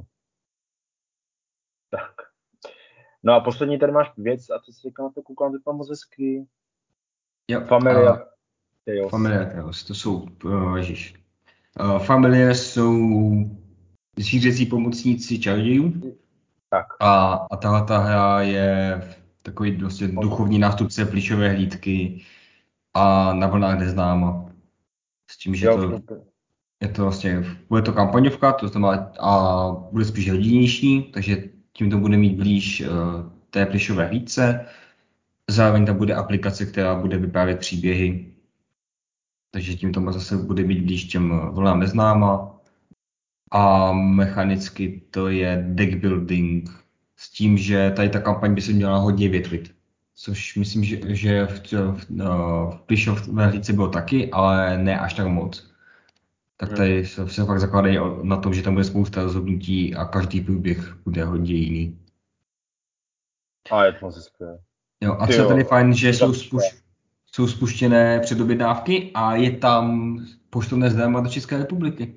Tak. No a poslední tady máš věc, a co si říkám, to koukám, to tam moc hezky. Familia. A... Familia Tales, to jsou, uh, ježiš. Uh, Familia jsou šířecí pomocníci čarodějů. Tak. A, a tahle ta hra je takový vlastně duchovní nástupce plíšové hlídky a na vlnách neznáma. S tím, že to, je to vlastně, bude to kampaňovka, to znamená, a bude spíš hodinější, takže tím to bude mít blíž uh, té plíšové hlídce. Zároveň tam bude aplikace, která bude vyprávět příběhy. Takže tím to zase bude být blíž těm vlnám neznáma. A mechanicky to je deck building s tím, že tady ta kampaň by se měla hodně větvit. Což myslím, že, že v, v, v plíšové hlídce bylo taky, ale ne až tak moc. Tak tady se, se fakt zakládají na tom, že tam bude spousta rozhodnutí a každý průběh bude hodně jiný. A je to moc skvělé. Jo, a co je tady fajn, že jsou, spuš, jsou spuštěné předobjednávky a je tam poštovné zdarma do České republiky.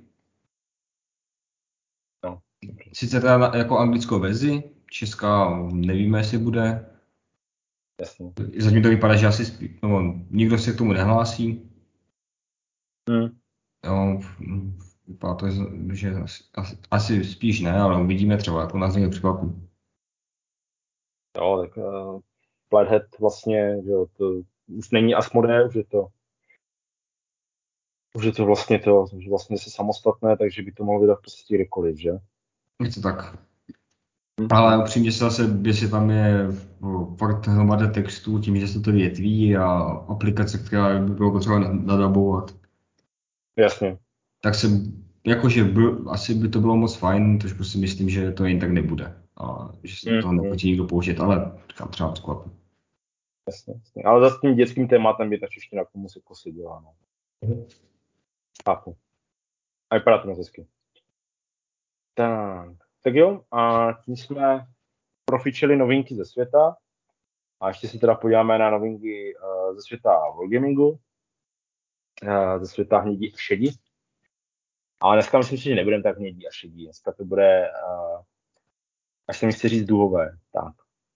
No. Sice teda na, jako anglickou verzi, česká nevíme, jestli bude. Jasně. Zatím to vypadá, že asi spí, no, nikdo se k tomu nehlásí. Hmm. Jo, vypadá to, že asi, asi spíš ne, ale uvidíme třeba, jako nás někdo překvapí. Jo, tak uh, Flathead vlastně, že jo, to už není Asmodee, už je to už je to vlastně to, že vlastně se samostatné, takže by to mohlo vydat prostě kdekoliv, že? Je to tak. Hmm. Ale upřímně se zase, jestli tam je fakt hromada textů, tím, že se to větví a aplikace, která by bylo potřeba nadabovat. Jasně. Tak se, jakože byl, asi by to bylo moc fajn, takže prostě myslím, že to jen tak nebude. A že se mm, toho nepotí nikdo použít, ale říkám, třeba překvapit. Jasně, jasně. Ale za tím dětským tématem by ta čeština k tomu se kosy dělá. No. Mm. Chápu. A vypadá to moc hezky. Tak. tak jo, a tím jsme profičili novinky ze světa. A ještě se teda podíváme na novinky uh, ze světa Wargamingu, uh, ze světa hnědí a šedí. Ale dneska myslím si, že nebudeme tak hnědí a šedí. Dneska to bude, uh, až se mi chce říct, duhové. Tak.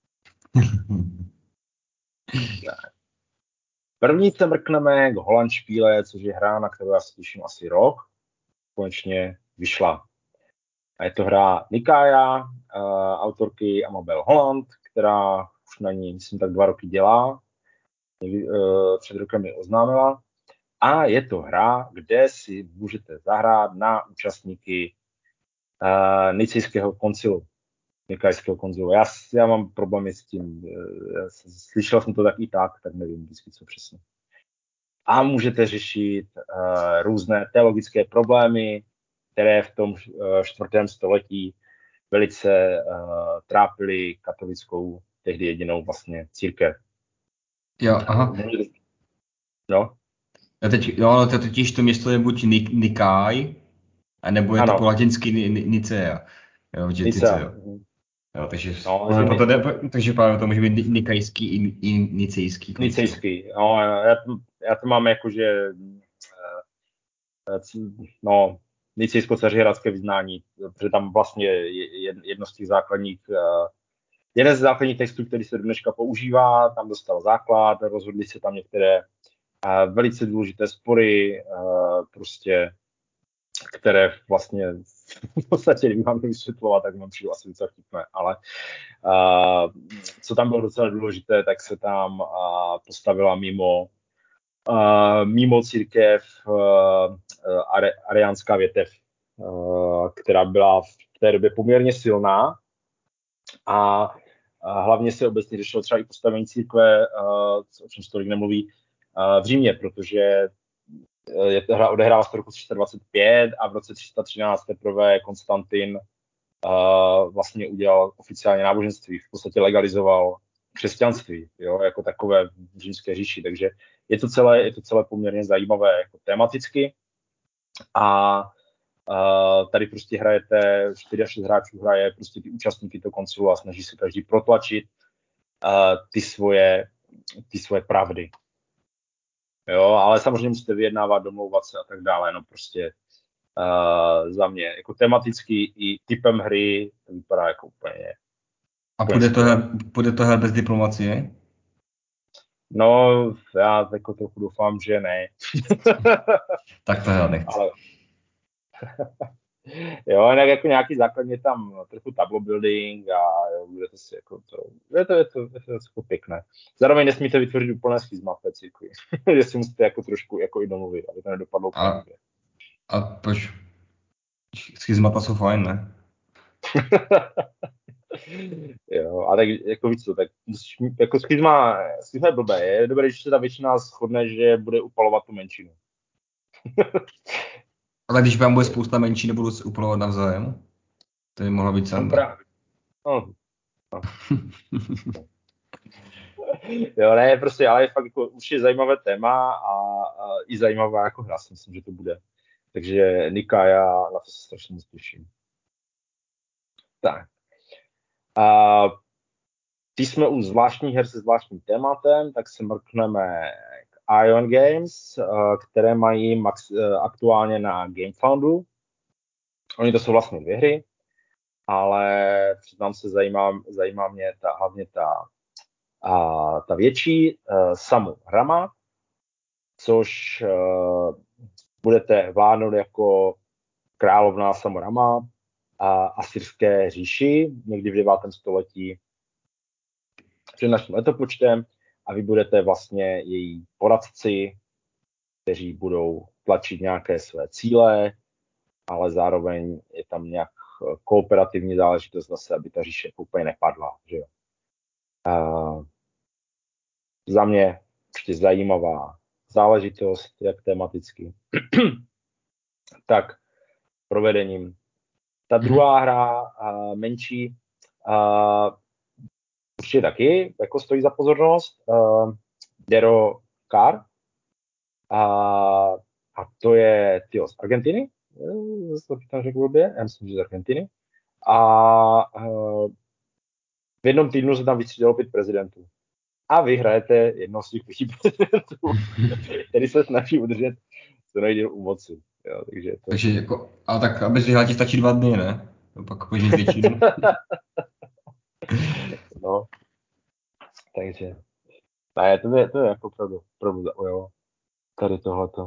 tak. První se mrkneme k Holandšpíle, což je hra, na kterou já se těším asi rok. Konečně vyšla. A je to hra Nikája, uh, autorky Amabel Holland, která už na ní, myslím, tak dva roky dělá. Uh, před rokem mi oznámila. A je to hra, kde si můžete zahrát na účastníky uh, Nicejského koncilu, Nikajského koncilu. Já, já mám problémy s tím, já slyšel jsem to tak i tak, tak nevím vždycky, co přesně. a můžete řešit uh, různé teologické problémy, které v tom uh, čtvrtém století velice uh, trápily katolickou, tehdy jedinou vlastně církev. Jo, aha. No. A teď, jo, ale to totiž to město je buď Nik- Nikáj, anebo je to Ano. po latinsky ni- ni- Nicea. Jo, že Nicea. Nicea. Jo, takže, No, no, že to jde, takže právě to může být nikajský i, i nicejský koncil. Nicejský. No, já, to, já to mám jako, že no, nicejsko-cařihradské vyznání, protože tam vlastně je jedno z těch základních, jeden z základních textů, který se do dneška používá, tam dostal základ, rozhodli se tam některé velice důležité spory, prostě, které vlastně v podstatě, kdyby vám to vysvětlovat, tak mám přijdu asi docela vtipné, ale uh, co tam bylo docela důležité, tak se tam uh, postavila mimo uh, mimo církev uh, are, ariánská větev, uh, která byla v té době poměrně silná a, a hlavně se obecně řešilo třeba i postavení církve, uh, o čem se tolik nemluví, uh, v Římě, protože je to hra odehrává se v roku tři sta dvacet pět a v roce tři sta třináct teprve Konstantin uh, vlastně udělal oficiálně náboženství, v podstatě legalizoval křesťanství, jo, jako takové v římské říši, takže je to celé, je to celé poměrně zajímavé jako tematicky a uh, tady prostě hrajete, čtyři až šest hráčů hraje prostě ty účastníky toho koncilu a snaží se každý protlačit uh, ty svoje, ty svoje pravdy. Jo, ale samozřejmě musíte vyjednávat, domlouvat se a tak dále, no prostě uh, za mě, jako tematicky i typem hry to vypadá jako úplně. A půjde to, půjde to bez diplomacie? No, já jako trochu doufám, že ne. Tak to já nechci. Ale... jo, jinak jako nějaký základně tam trochu tableau building a jo, bude to si jako to, je to, je to, je to jako pěkné. Zároveň nesmíte vytvořit úplné schizma v té církvi. Jestli musíte jako trošku jako i domluvit, aby to nedopadlo a, úplně. A proč? Schizmata jsou fajn, ne? jo, a tak jako víc co, tak jako schizma, schizma je blbé, je dobré, že se ta většina shodne, že bude upalovat tu menšinu. Ale když vám bude spousta menší, nebudou se upalovat navzájem? To by mohla být sanda. No, no. jo, ne, prostě, ale je fakt jako už je zajímavé téma a, a i zajímavá jako hra, si myslím, že to bude. Takže Nika, já na to se strašně moc těším. Tak. A když jsme u zvláštních her se zvláštním tématem, tak se mrkneme k Ion Games, které mají max, aktuálně na GameFoundu. Oni to jsou vlastně dvě hry, ale přiznám se, zajímá, zajímá mě ta, hlavně ta, a, ta větší, uh, Samu Rama, což uh, budete vládnout jako královna Samu Rama a asyrské říši, někdy v devátém století před naším letopočtem a vy budete vlastně její poradci, kteří budou tlačit nějaké své cíle, ale zároveň je tam nějak kooperativní záležitost zase, aby ta říše úplně nepadla. Že jo? Uh, za mě ještě zajímavá záležitost, jak tematicky, tak provedením. Ta druhá hra, uh, menší, uh, určitě taky, jako stojí za pozornost, uh, Dero Car, a, a to je tyjo, z Argentiny, zase to tam řekl blbě, já myslím, že z Argentiny. A uh, v jednom týdnu se tam vystřídalo pět prezidentů. A vy hrajete jednoho z těch pěti prezidentů, který se snaží udržet co nejdíl u moci. Jo, takže to... takže jako, ale tak aby si ti stačí dva dny, ne? No, pak požít většinu. no, takže ne, to je, to je jako opravdu, opravdu zaujalo tady tohleto.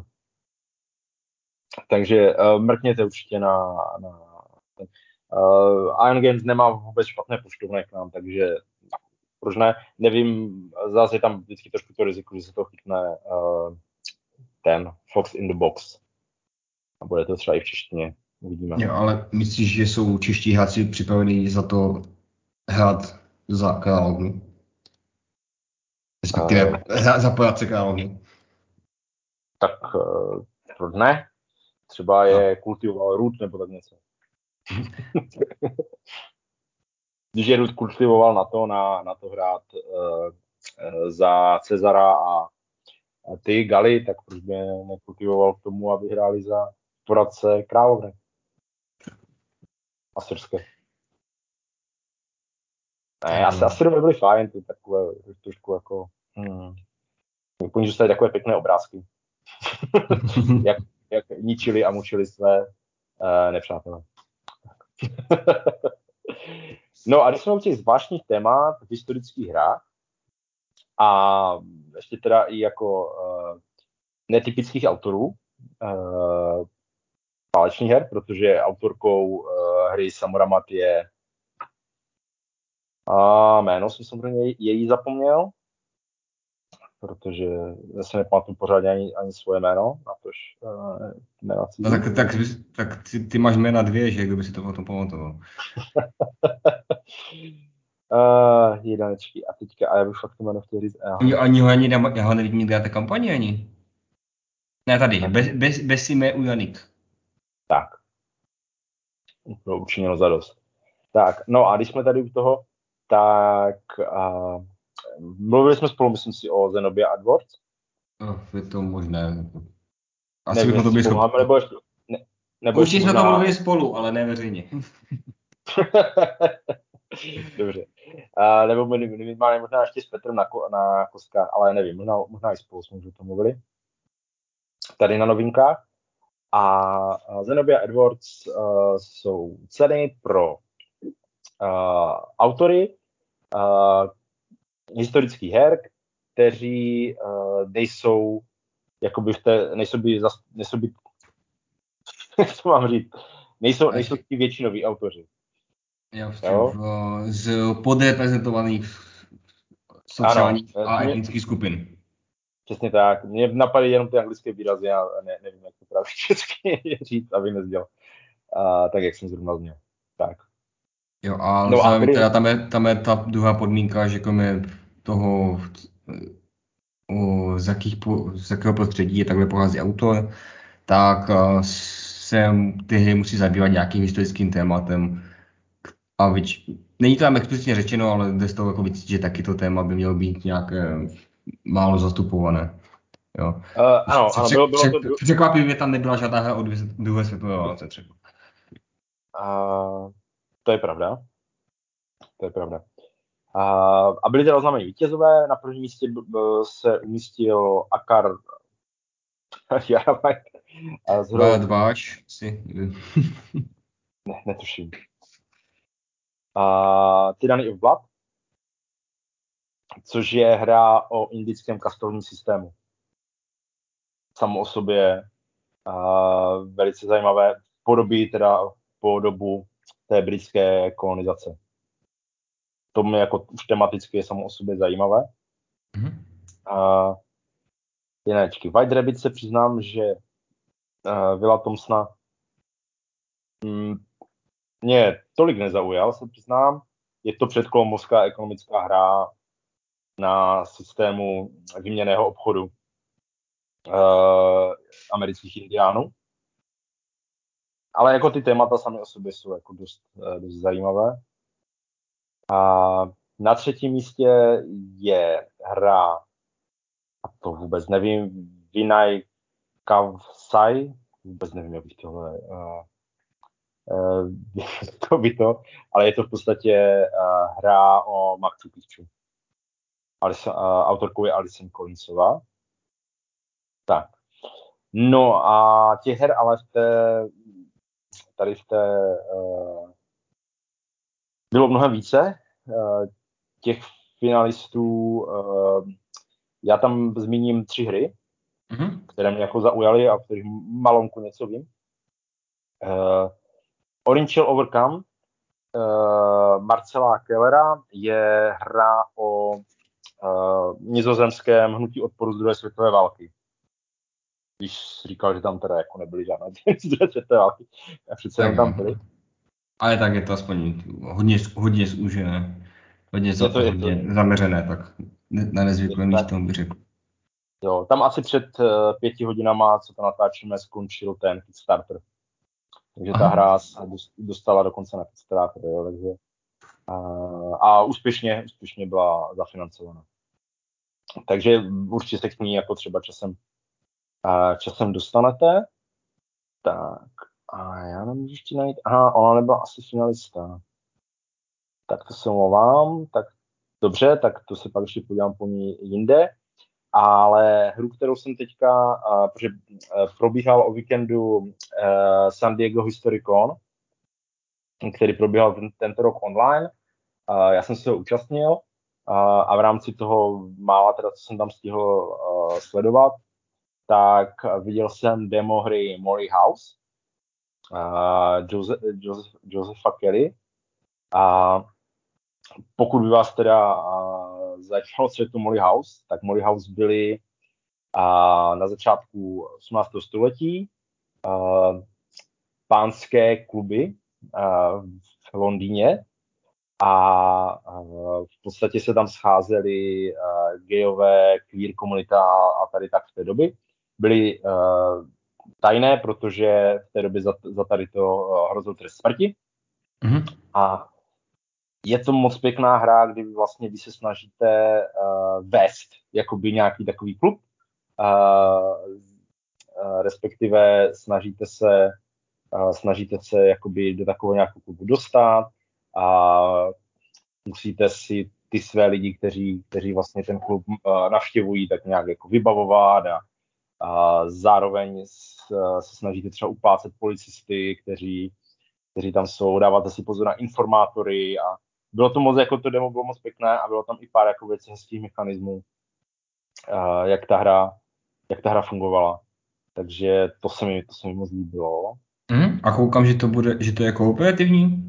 Takže uh, mrkněte určitě na, na uh, Ion Games nemá vůbec špatné poštovné k nám, takže proč ne, nevím, zase je tam vždycky trošku to riziko, že se to chytne uh, ten Fox in the Box. A bude to třeba i v češtině, uvidíme. Jo, ale myslíš, že jsou čeští hráči připravení za to hrát za královnu? Respektive uh, hrát za poradce královny? tak uh, proč ne? Třeba je kultivoval Root nebo tak něco. Když je Root kultivoval na to, na, na to hrát uh, uh, za Cezara a, a ty Gali, tak proč by nekultivoval k tomu, aby hráli za poradce královny. Asyrské. Ne, asi, asi by byly fajn, ty takové, trošku jako, hmm. Úplně, že takové pěkné obrázky. jak, jak ničili a mučili své uh, nepřátelé. No a když jsme u těch zvláštních témat v historických hrách a ještě teda i jako uh, netypických autorů uh, válečných her, protože autorkou uh, hry Samuramat je a jméno jsem samozřejmě její zapomněl, protože já se nepamatuju pořádně ani, ani svoje jméno, na tož uh, jména no, tak, tak, tak ty, ty máš jména dvě, že kdo by si to potom pamatoval. uh, jedinečky a teďka, a já bych fakt to jméno chtěl říct. Jo, ani ho ani nemá, já ho nevidím nikde na té kampani ani. Ne, tady, bez, bez, bez jmé u Janik. Tak. Bylo učiněno zadost. Tak, no a když jsme tady u toho, tak uh, mluvili jsme spolu, myslím si, o Zenobia AdWords. No, je to možné. Asi Nevím, bychom to byli schopni. Nebo ještě, ne, nebo Určitě jsme možná... to mluvili spolu, ale ne veřejně. Dobře. Uh, nebo minimálně možná ještě s Petrem na, na Koska, ale nevím, možná, možná i spolu jsme to mluvili. Tady na novinkách. A Zenobia AdWords uh, jsou ceny pro uh, autory uh, historických her, kteří uh, nejsou jakoby v té, nejsou by, nejsou by co mám říct, nejsou, nejsou ti většinoví autoři. Jo, v těch, jo? Z podreprezentovaných sociálních ano, a etnických skupin. Přesně tak. Mě napadají jenom ty anglické výrazy, já ne, nevím, jak to právě česky říct, aby nezděl. Uh, tak, jak jsem zrovna změl. Tak. Jo, a, no a teda tam je, tam je ta druhá podmínka, že kromě toho, o, z, jakých, z jakého prostředí je takhle pochází autor, tak se ty hry musí zabývat nějakým historickým tématem. A vyč, není to tam explicitně řečeno, ale jde z toho jako vycítit, že taky to téma by mělo být nějaké málo zastupované. Jo. Uh, ano, ano, bylo, bylo to... Překvapivě tam nebyla žádná hra od druhé světové válce třeba. Uh, to je pravda. To je pravda. Uh, a byli teda oznámeni vítězové. Na prvním místě b- b- se umístil Akar Jarabaj. Dva, dváš si. ne, netuším. Uh, Tyranny of Blood, což je hra o indickém kastovním systému. Samo o sobě uh, velice zajímavé podobí teda po dobu té britské kolonizace. To mě jako už tematicky je samo o sobě zajímavé. Mm-hmm. Uh, jinečky. White Rabbit se přiznám, že uh, Willa Thompsona mm, mě tolik nezaujal, se přiznám. Je to předkolomovská ekonomická hra na systému výměnného obchodu uh, amerických indiánů. Ale jako ty témata sami o sobě jsou jako dost, dost zajímavé. A na třetím místě je hra, a to vůbec nevím, Vinay Kavsai, vůbec nevím, jak bych tohle uh, uh, to by to, ale je to v podstatě uh, hra o Machu Picchu. Alice, uh, autorkou je Alison Collinsová. Tak. No a těch her ale v té, tady v té uh, bylo mnohem více. Uh, těch finalistů, uh, já tam zmíním tři hry, mm-hmm. které mě jako zaujaly a o kterých malonku něco vím. Uh, Orange Shell Overcome uh, Marcela Kellera je hra o uh, nizozemském hnutí odporu z druhé světové války. Když říkal, že tam teda jako nebyly žádné z druhé světové války, a přece jenom tam byly. Ale tak je to aspoň hodně, hodně zúžené, hodně, za, to, hodně to... zaměřené, tak na nezvyklé místo bych řekl. Jo, tam asi před uh, pěti hodinama, co to natáčíme, skončil ten Kickstarter. Takže ta Aha. hra se dostala dokonce na Kickstarter, jo, takže uh, a úspěšně, úspěšně byla zafinancovaná. Takže určitě se k ní jako třeba časem, uh, časem dostanete. Tak, a já nemůžu ještě najít, aha, ona nebyla asi finalista. Tak to se omlouvám, tak dobře, tak to se pak ještě podívám po ní jinde. Ale hru, kterou jsem teďka, uh, protože uh, probíhal o víkendu uh, San Diego Historicon, který probíhal ten, tento rok online. Uh, já jsem se ho účastnil uh, a v rámci toho mála, teda, co jsem tam stihl uh, sledovat, tak viděl jsem demo hry Molly House, uh, Joseph, Joseph, Josepha Kelly. A pokud by vás teda uh, zajímalo světu Molly House, tak Molly House byly uh, na začátku osmnáctého století uh, pánské kluby uh, v Londýně a uh, v podstatě se tam scházely uh, gayové, queer komunita a tady tak v té doby. Byly uh, tajné, protože v té době za, za tady to uh, hrozil trest smrti. Mhm. A je to moc pěkná hra, kdy vlastně vy se snažíte uh, vést jakoby nějaký takový klub, uh, uh, respektive snažíte se, uh, snažíte se jakoby do takového nějakého klubu dostat a musíte si ty své lidi, kteří, kteří vlastně ten klub uh, navštěvují, tak nějak jako vybavovat a, a zároveň s, uh, se snažíte třeba uplácet policisty, kteří, kteří tam jsou, dáváte si pozor na informátory a bylo to moc, jako to demo bylo moc pěkné a bylo tam i pár jako věcí hezkých mechanismů, uh, jak ta hra, jak ta hra fungovala. Takže to se mi, to se mi moc líbilo. Mhm. A koukám, že to bude, že to je kooperativní?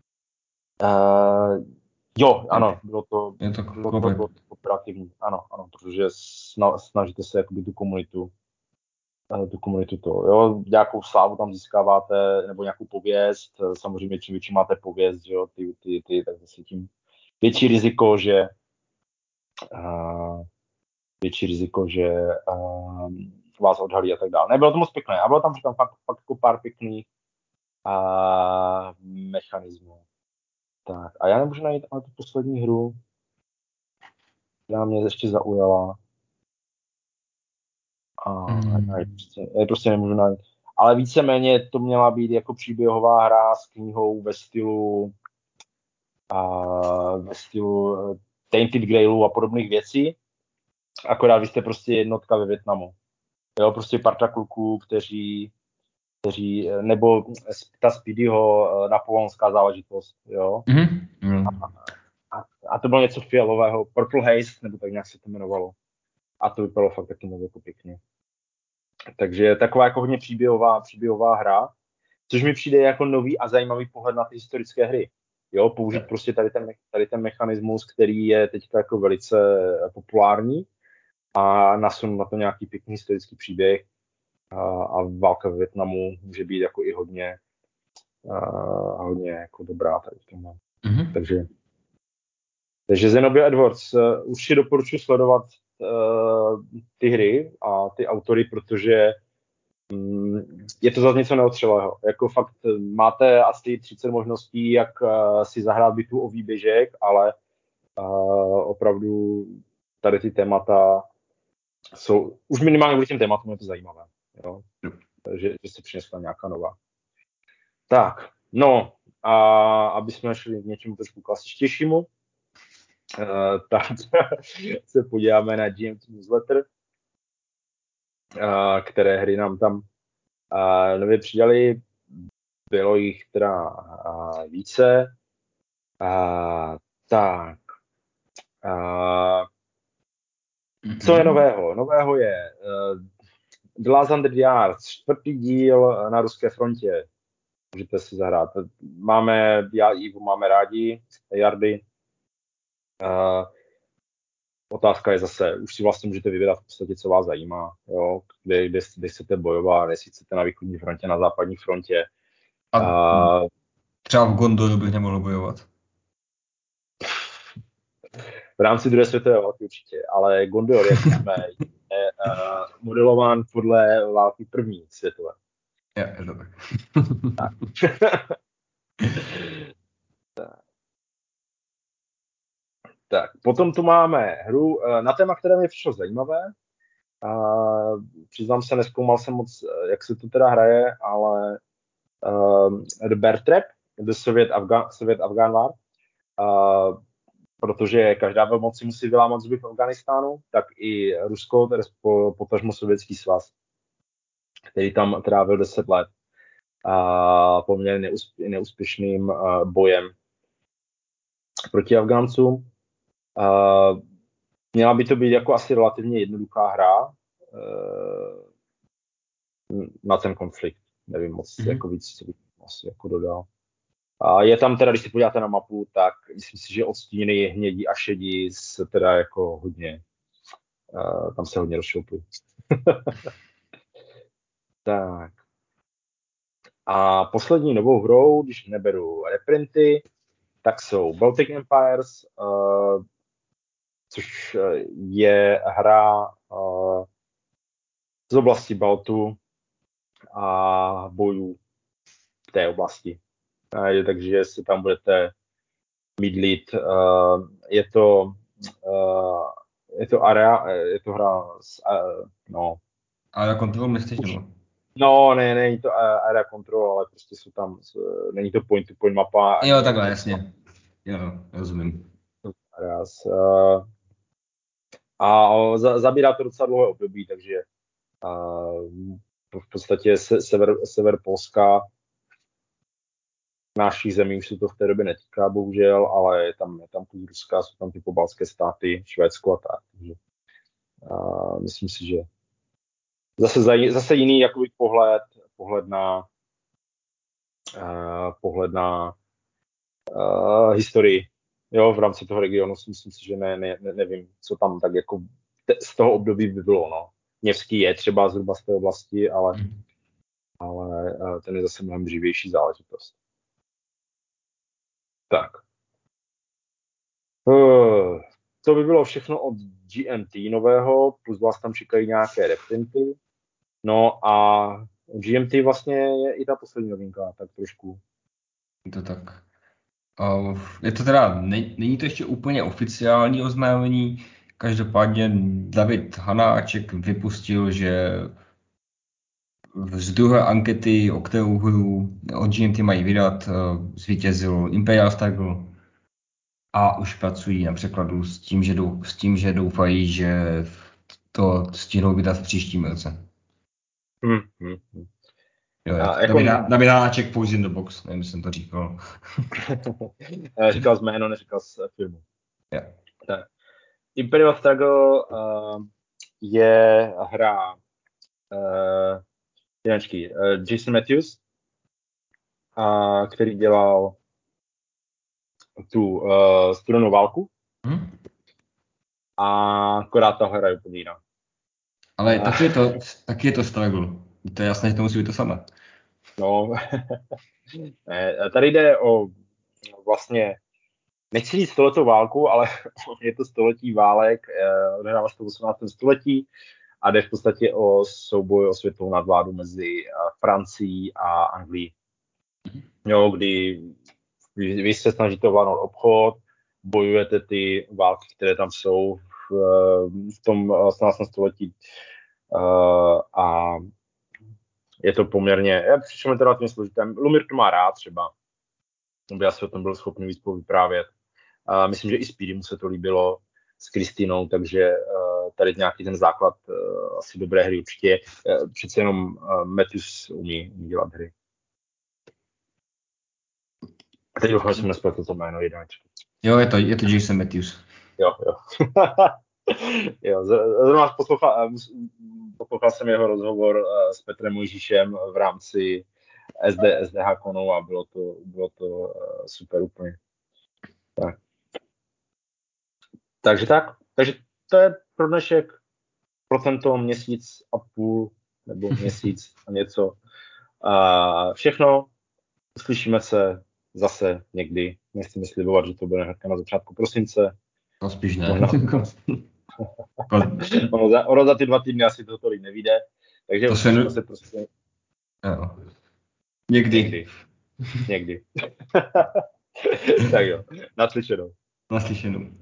Uh, jo, ano, bylo to, Je to bylo to, bylo to kooperativní, ano, ano, protože sna, snažíte se jakoby tu komunitu, uh, tu komunitu to, jo, nějakou slávu tam získáváte, nebo nějakou pověst, samozřejmě čím větší máte pověst, jo, ty, ty, ty, tak zase tím větší riziko, že uh, větší riziko, že uh, vás odhalí a tak dále. Nebylo to moc pěkné. A bylo tam, říkám, fakt, fakt jako pár pěkných uh, mechanismů. Tak, a já nemůžu najít ale tu poslední hru, která mě ještě zaujala. A mm. já, ji prostě, já ji prostě nemůžu najít. Ale víceméně to měla být jako příběhová hra s knihou ve stylu uh, ve stylu Tainted Grailu a podobných věcí. Akorát vy jste prostě jednotka ve Vietnamu. Jo, prostě parta kluků, kteří, kteří nebo ta Speedyho napoleonská záležitost, jo. Mhm. Mm. A, a to bylo něco fialového, Purple Haze, nebo tak nějak se to jmenovalo. A to vypadalo fakt taky moc jako pěkně. Takže taková jako hodně příběhová, příběhová hra, což mi přijde jako nový a zajímavý pohled na ty historické hry. Jo, použít prostě tady ten, tady ten mechanismus, který je teďka jako velice populární a nasunul na to nějaký pěkný historický příběh. A, a válka ve Vietnamu může být jako i hodně, a, hodně jako dobrá tady v tomhle. Mm-hmm. Takže, takže Zenobia Edwards, uh, určitě doporučuji sledovat uh, ty hry a ty autory, protože um, je to zase něco neotřelého. Jako fakt máte asi třicet možností, jak uh, si zahrát bitvu o výběžek, ale uh, opravdu tady ty témata jsou, už minimálně kvůli těm tématům je to zajímavé. Jo? Že, že se přinesla nějaká nová. Tak, no, a aby jsme šli k něčemu trošku klasičtějšímu, uh, tak se podíváme na G M T Newsletter, uh, které hry nám tam uh, nově přidali. Bylo jich teda uh, více. Uh, tak, uh, co je nového? Nového je uh, The Last Hundred Yards, čtvrtý díl na ruské frontě. Můžete si zahrát. Máme, já Ivu máme rádi, Jardy. Uh, otázka je zase, už si vlastně můžete vybrat v podstatě, co vás zajímá, jo? Kde, kde, kde chcete bojovat, jestli chcete na východní frontě, na západní frontě. A uh, třeba v Gondoru bych nemohl bojovat. v rámci druhé světové války určitě, ale Gondor, jak víme, je uh, modelován podle války první světové. Je, je to tak. Tak. tak. Tak, potom tu máme hru uh, na téma, které mi přišlo zajímavé. Uh, přiznám se, nezkoumal jsem moc, jak se to teda hraje, ale uh, The Bear Trap, The Soviet Afghan, Soviet Afghan War, uh, protože každá velmoc si musí vylámat zuby v Afghánistánu, tak i Rusko, tedy potažmo Sovětský svaz, který tam trávil deset let a poměrně neúspě, neúspěšným uh, bojem proti Afgáncům. Uh, měla by to být jako asi relativně jednoduchá hra uh, na ten konflikt. Nevím moc, mm-hmm. jako víc, co bych asi jako dodal. A je tam teda, když si podíváte na mapu, tak myslím si, že od stíny hnědí a šedí se teda jako hodně, uh, tam se hodně rozšoupují. Tak. A poslední novou hrou, když neberu reprinty, tak jsou Baltic Empires, uh, což je hra uh, z oblasti Baltu a bojů v té oblasti. Uh, takže si tam budete mydlit. Uh, je to uh, je to area, je to hra s, uh, no. Area Control myslíš, nebo? No, ne, není to area control, ale prostě jsou tam, není to point to point mapa. Jo, takhle, jasně. Jo, rozumím. Uh, a za, zabírá to docela dlouhé období, takže uh, v podstatě se, sever, sever Polska, našich zemí už se to v té době netýká, bohužel, ale je tam, je tam kus Ruska, jsou tam ty pobaltské státy, Švédsko a tak. Takže, uh, myslím si, že zase, zase jiný jakoby pohled, pohled na uh, pohled na uh, historii. Jo, v rámci toho regionu si myslím si, že ne, ne, ne, nevím, co tam tak jako te, z toho období by bylo, no. Něvský je třeba zhruba z té oblasti, ale, ale uh, ten je zase mnohem dřívější záležitost. Tak. Uh, to by bylo všechno od G M T nového, plus vás tam čekají nějaké reprinty. No a G M T vlastně je i ta poslední novinka, tak trošku. Je to tak. Uh, je to teda, ne, není to ještě úplně oficiální oznámení, každopádně David Hanáček vypustil, že z druhé ankety, o kterou hru od G M T mají vydat, uh, zvítězil Imperial Struggle a už pracují na překladu s tím, že, dou, s tím, že doufají, že to stihnou vydat v příštím roce. Hmm, hmm, hmm. Jo, jako... David Hanáček Pose in the Box, nevím, jestli jsem to říkal. Říkal jsi jméno, neříkal jsi filmu. Yeah. Tak. Imperial Struggle uh, je hra uh, Janečky, uh, Jason Matthews, uh, který dělal tu uh, studenou válku. Hmm? A akorát ta hra je úplně jiná. Ale uh, taky je to, taky je to Struggle. To je jasné, že to musí být to samé. No, tady jde o vlastně nechci říct stoletou válku, ale je to století válek, odehrává se to v osmnáctém století a jde v podstatě o souboj o světovou nadvládu mezi Francií a Anglií. Jo, kdy vy, vy se snažíte ovládnout obchod, bojujete ty války, které tam jsou v, v tom osmnáctém století a je to poměrně, přičem je to relativně složité. Lumír to má rád třeba, by asi o tom byl schopný víc povyprávět. Uh, myslím, že i Speedy mu se to líbilo s Kristýnou, takže uh, tady nějaký ten základ uh, asi dobré hry určitě. Uh, přece jenom uh, Matthews umí, umí dělat hry. A teď doufám, že jsem nespletl to jméno jednáčku. Jo, je to, je to Jason Matthews. Jo, jo. jo, zrovna poslouchal, poslouchal jsem jeho rozhovor uh, s Petrem Mojžíšem v rámci S D, S D H Konu a bylo to, bylo to uh, super úplně. Tak. Takže tak, takže to je pro dnešek, pro tento měsíc a půl, nebo měsíc a něco. A všechno, slyšíme se zase někdy, nechci mi slibovat, že to bude hnedka na začátku prosince, To spíš ne. Možná. ono, za, ono za ty dva týdny asi to tolik nevyjde, takže to musíme se... se prostě... Jo. Někdy. Někdy. Někdy. Tak jo, naslyšenou. Naslyšenou.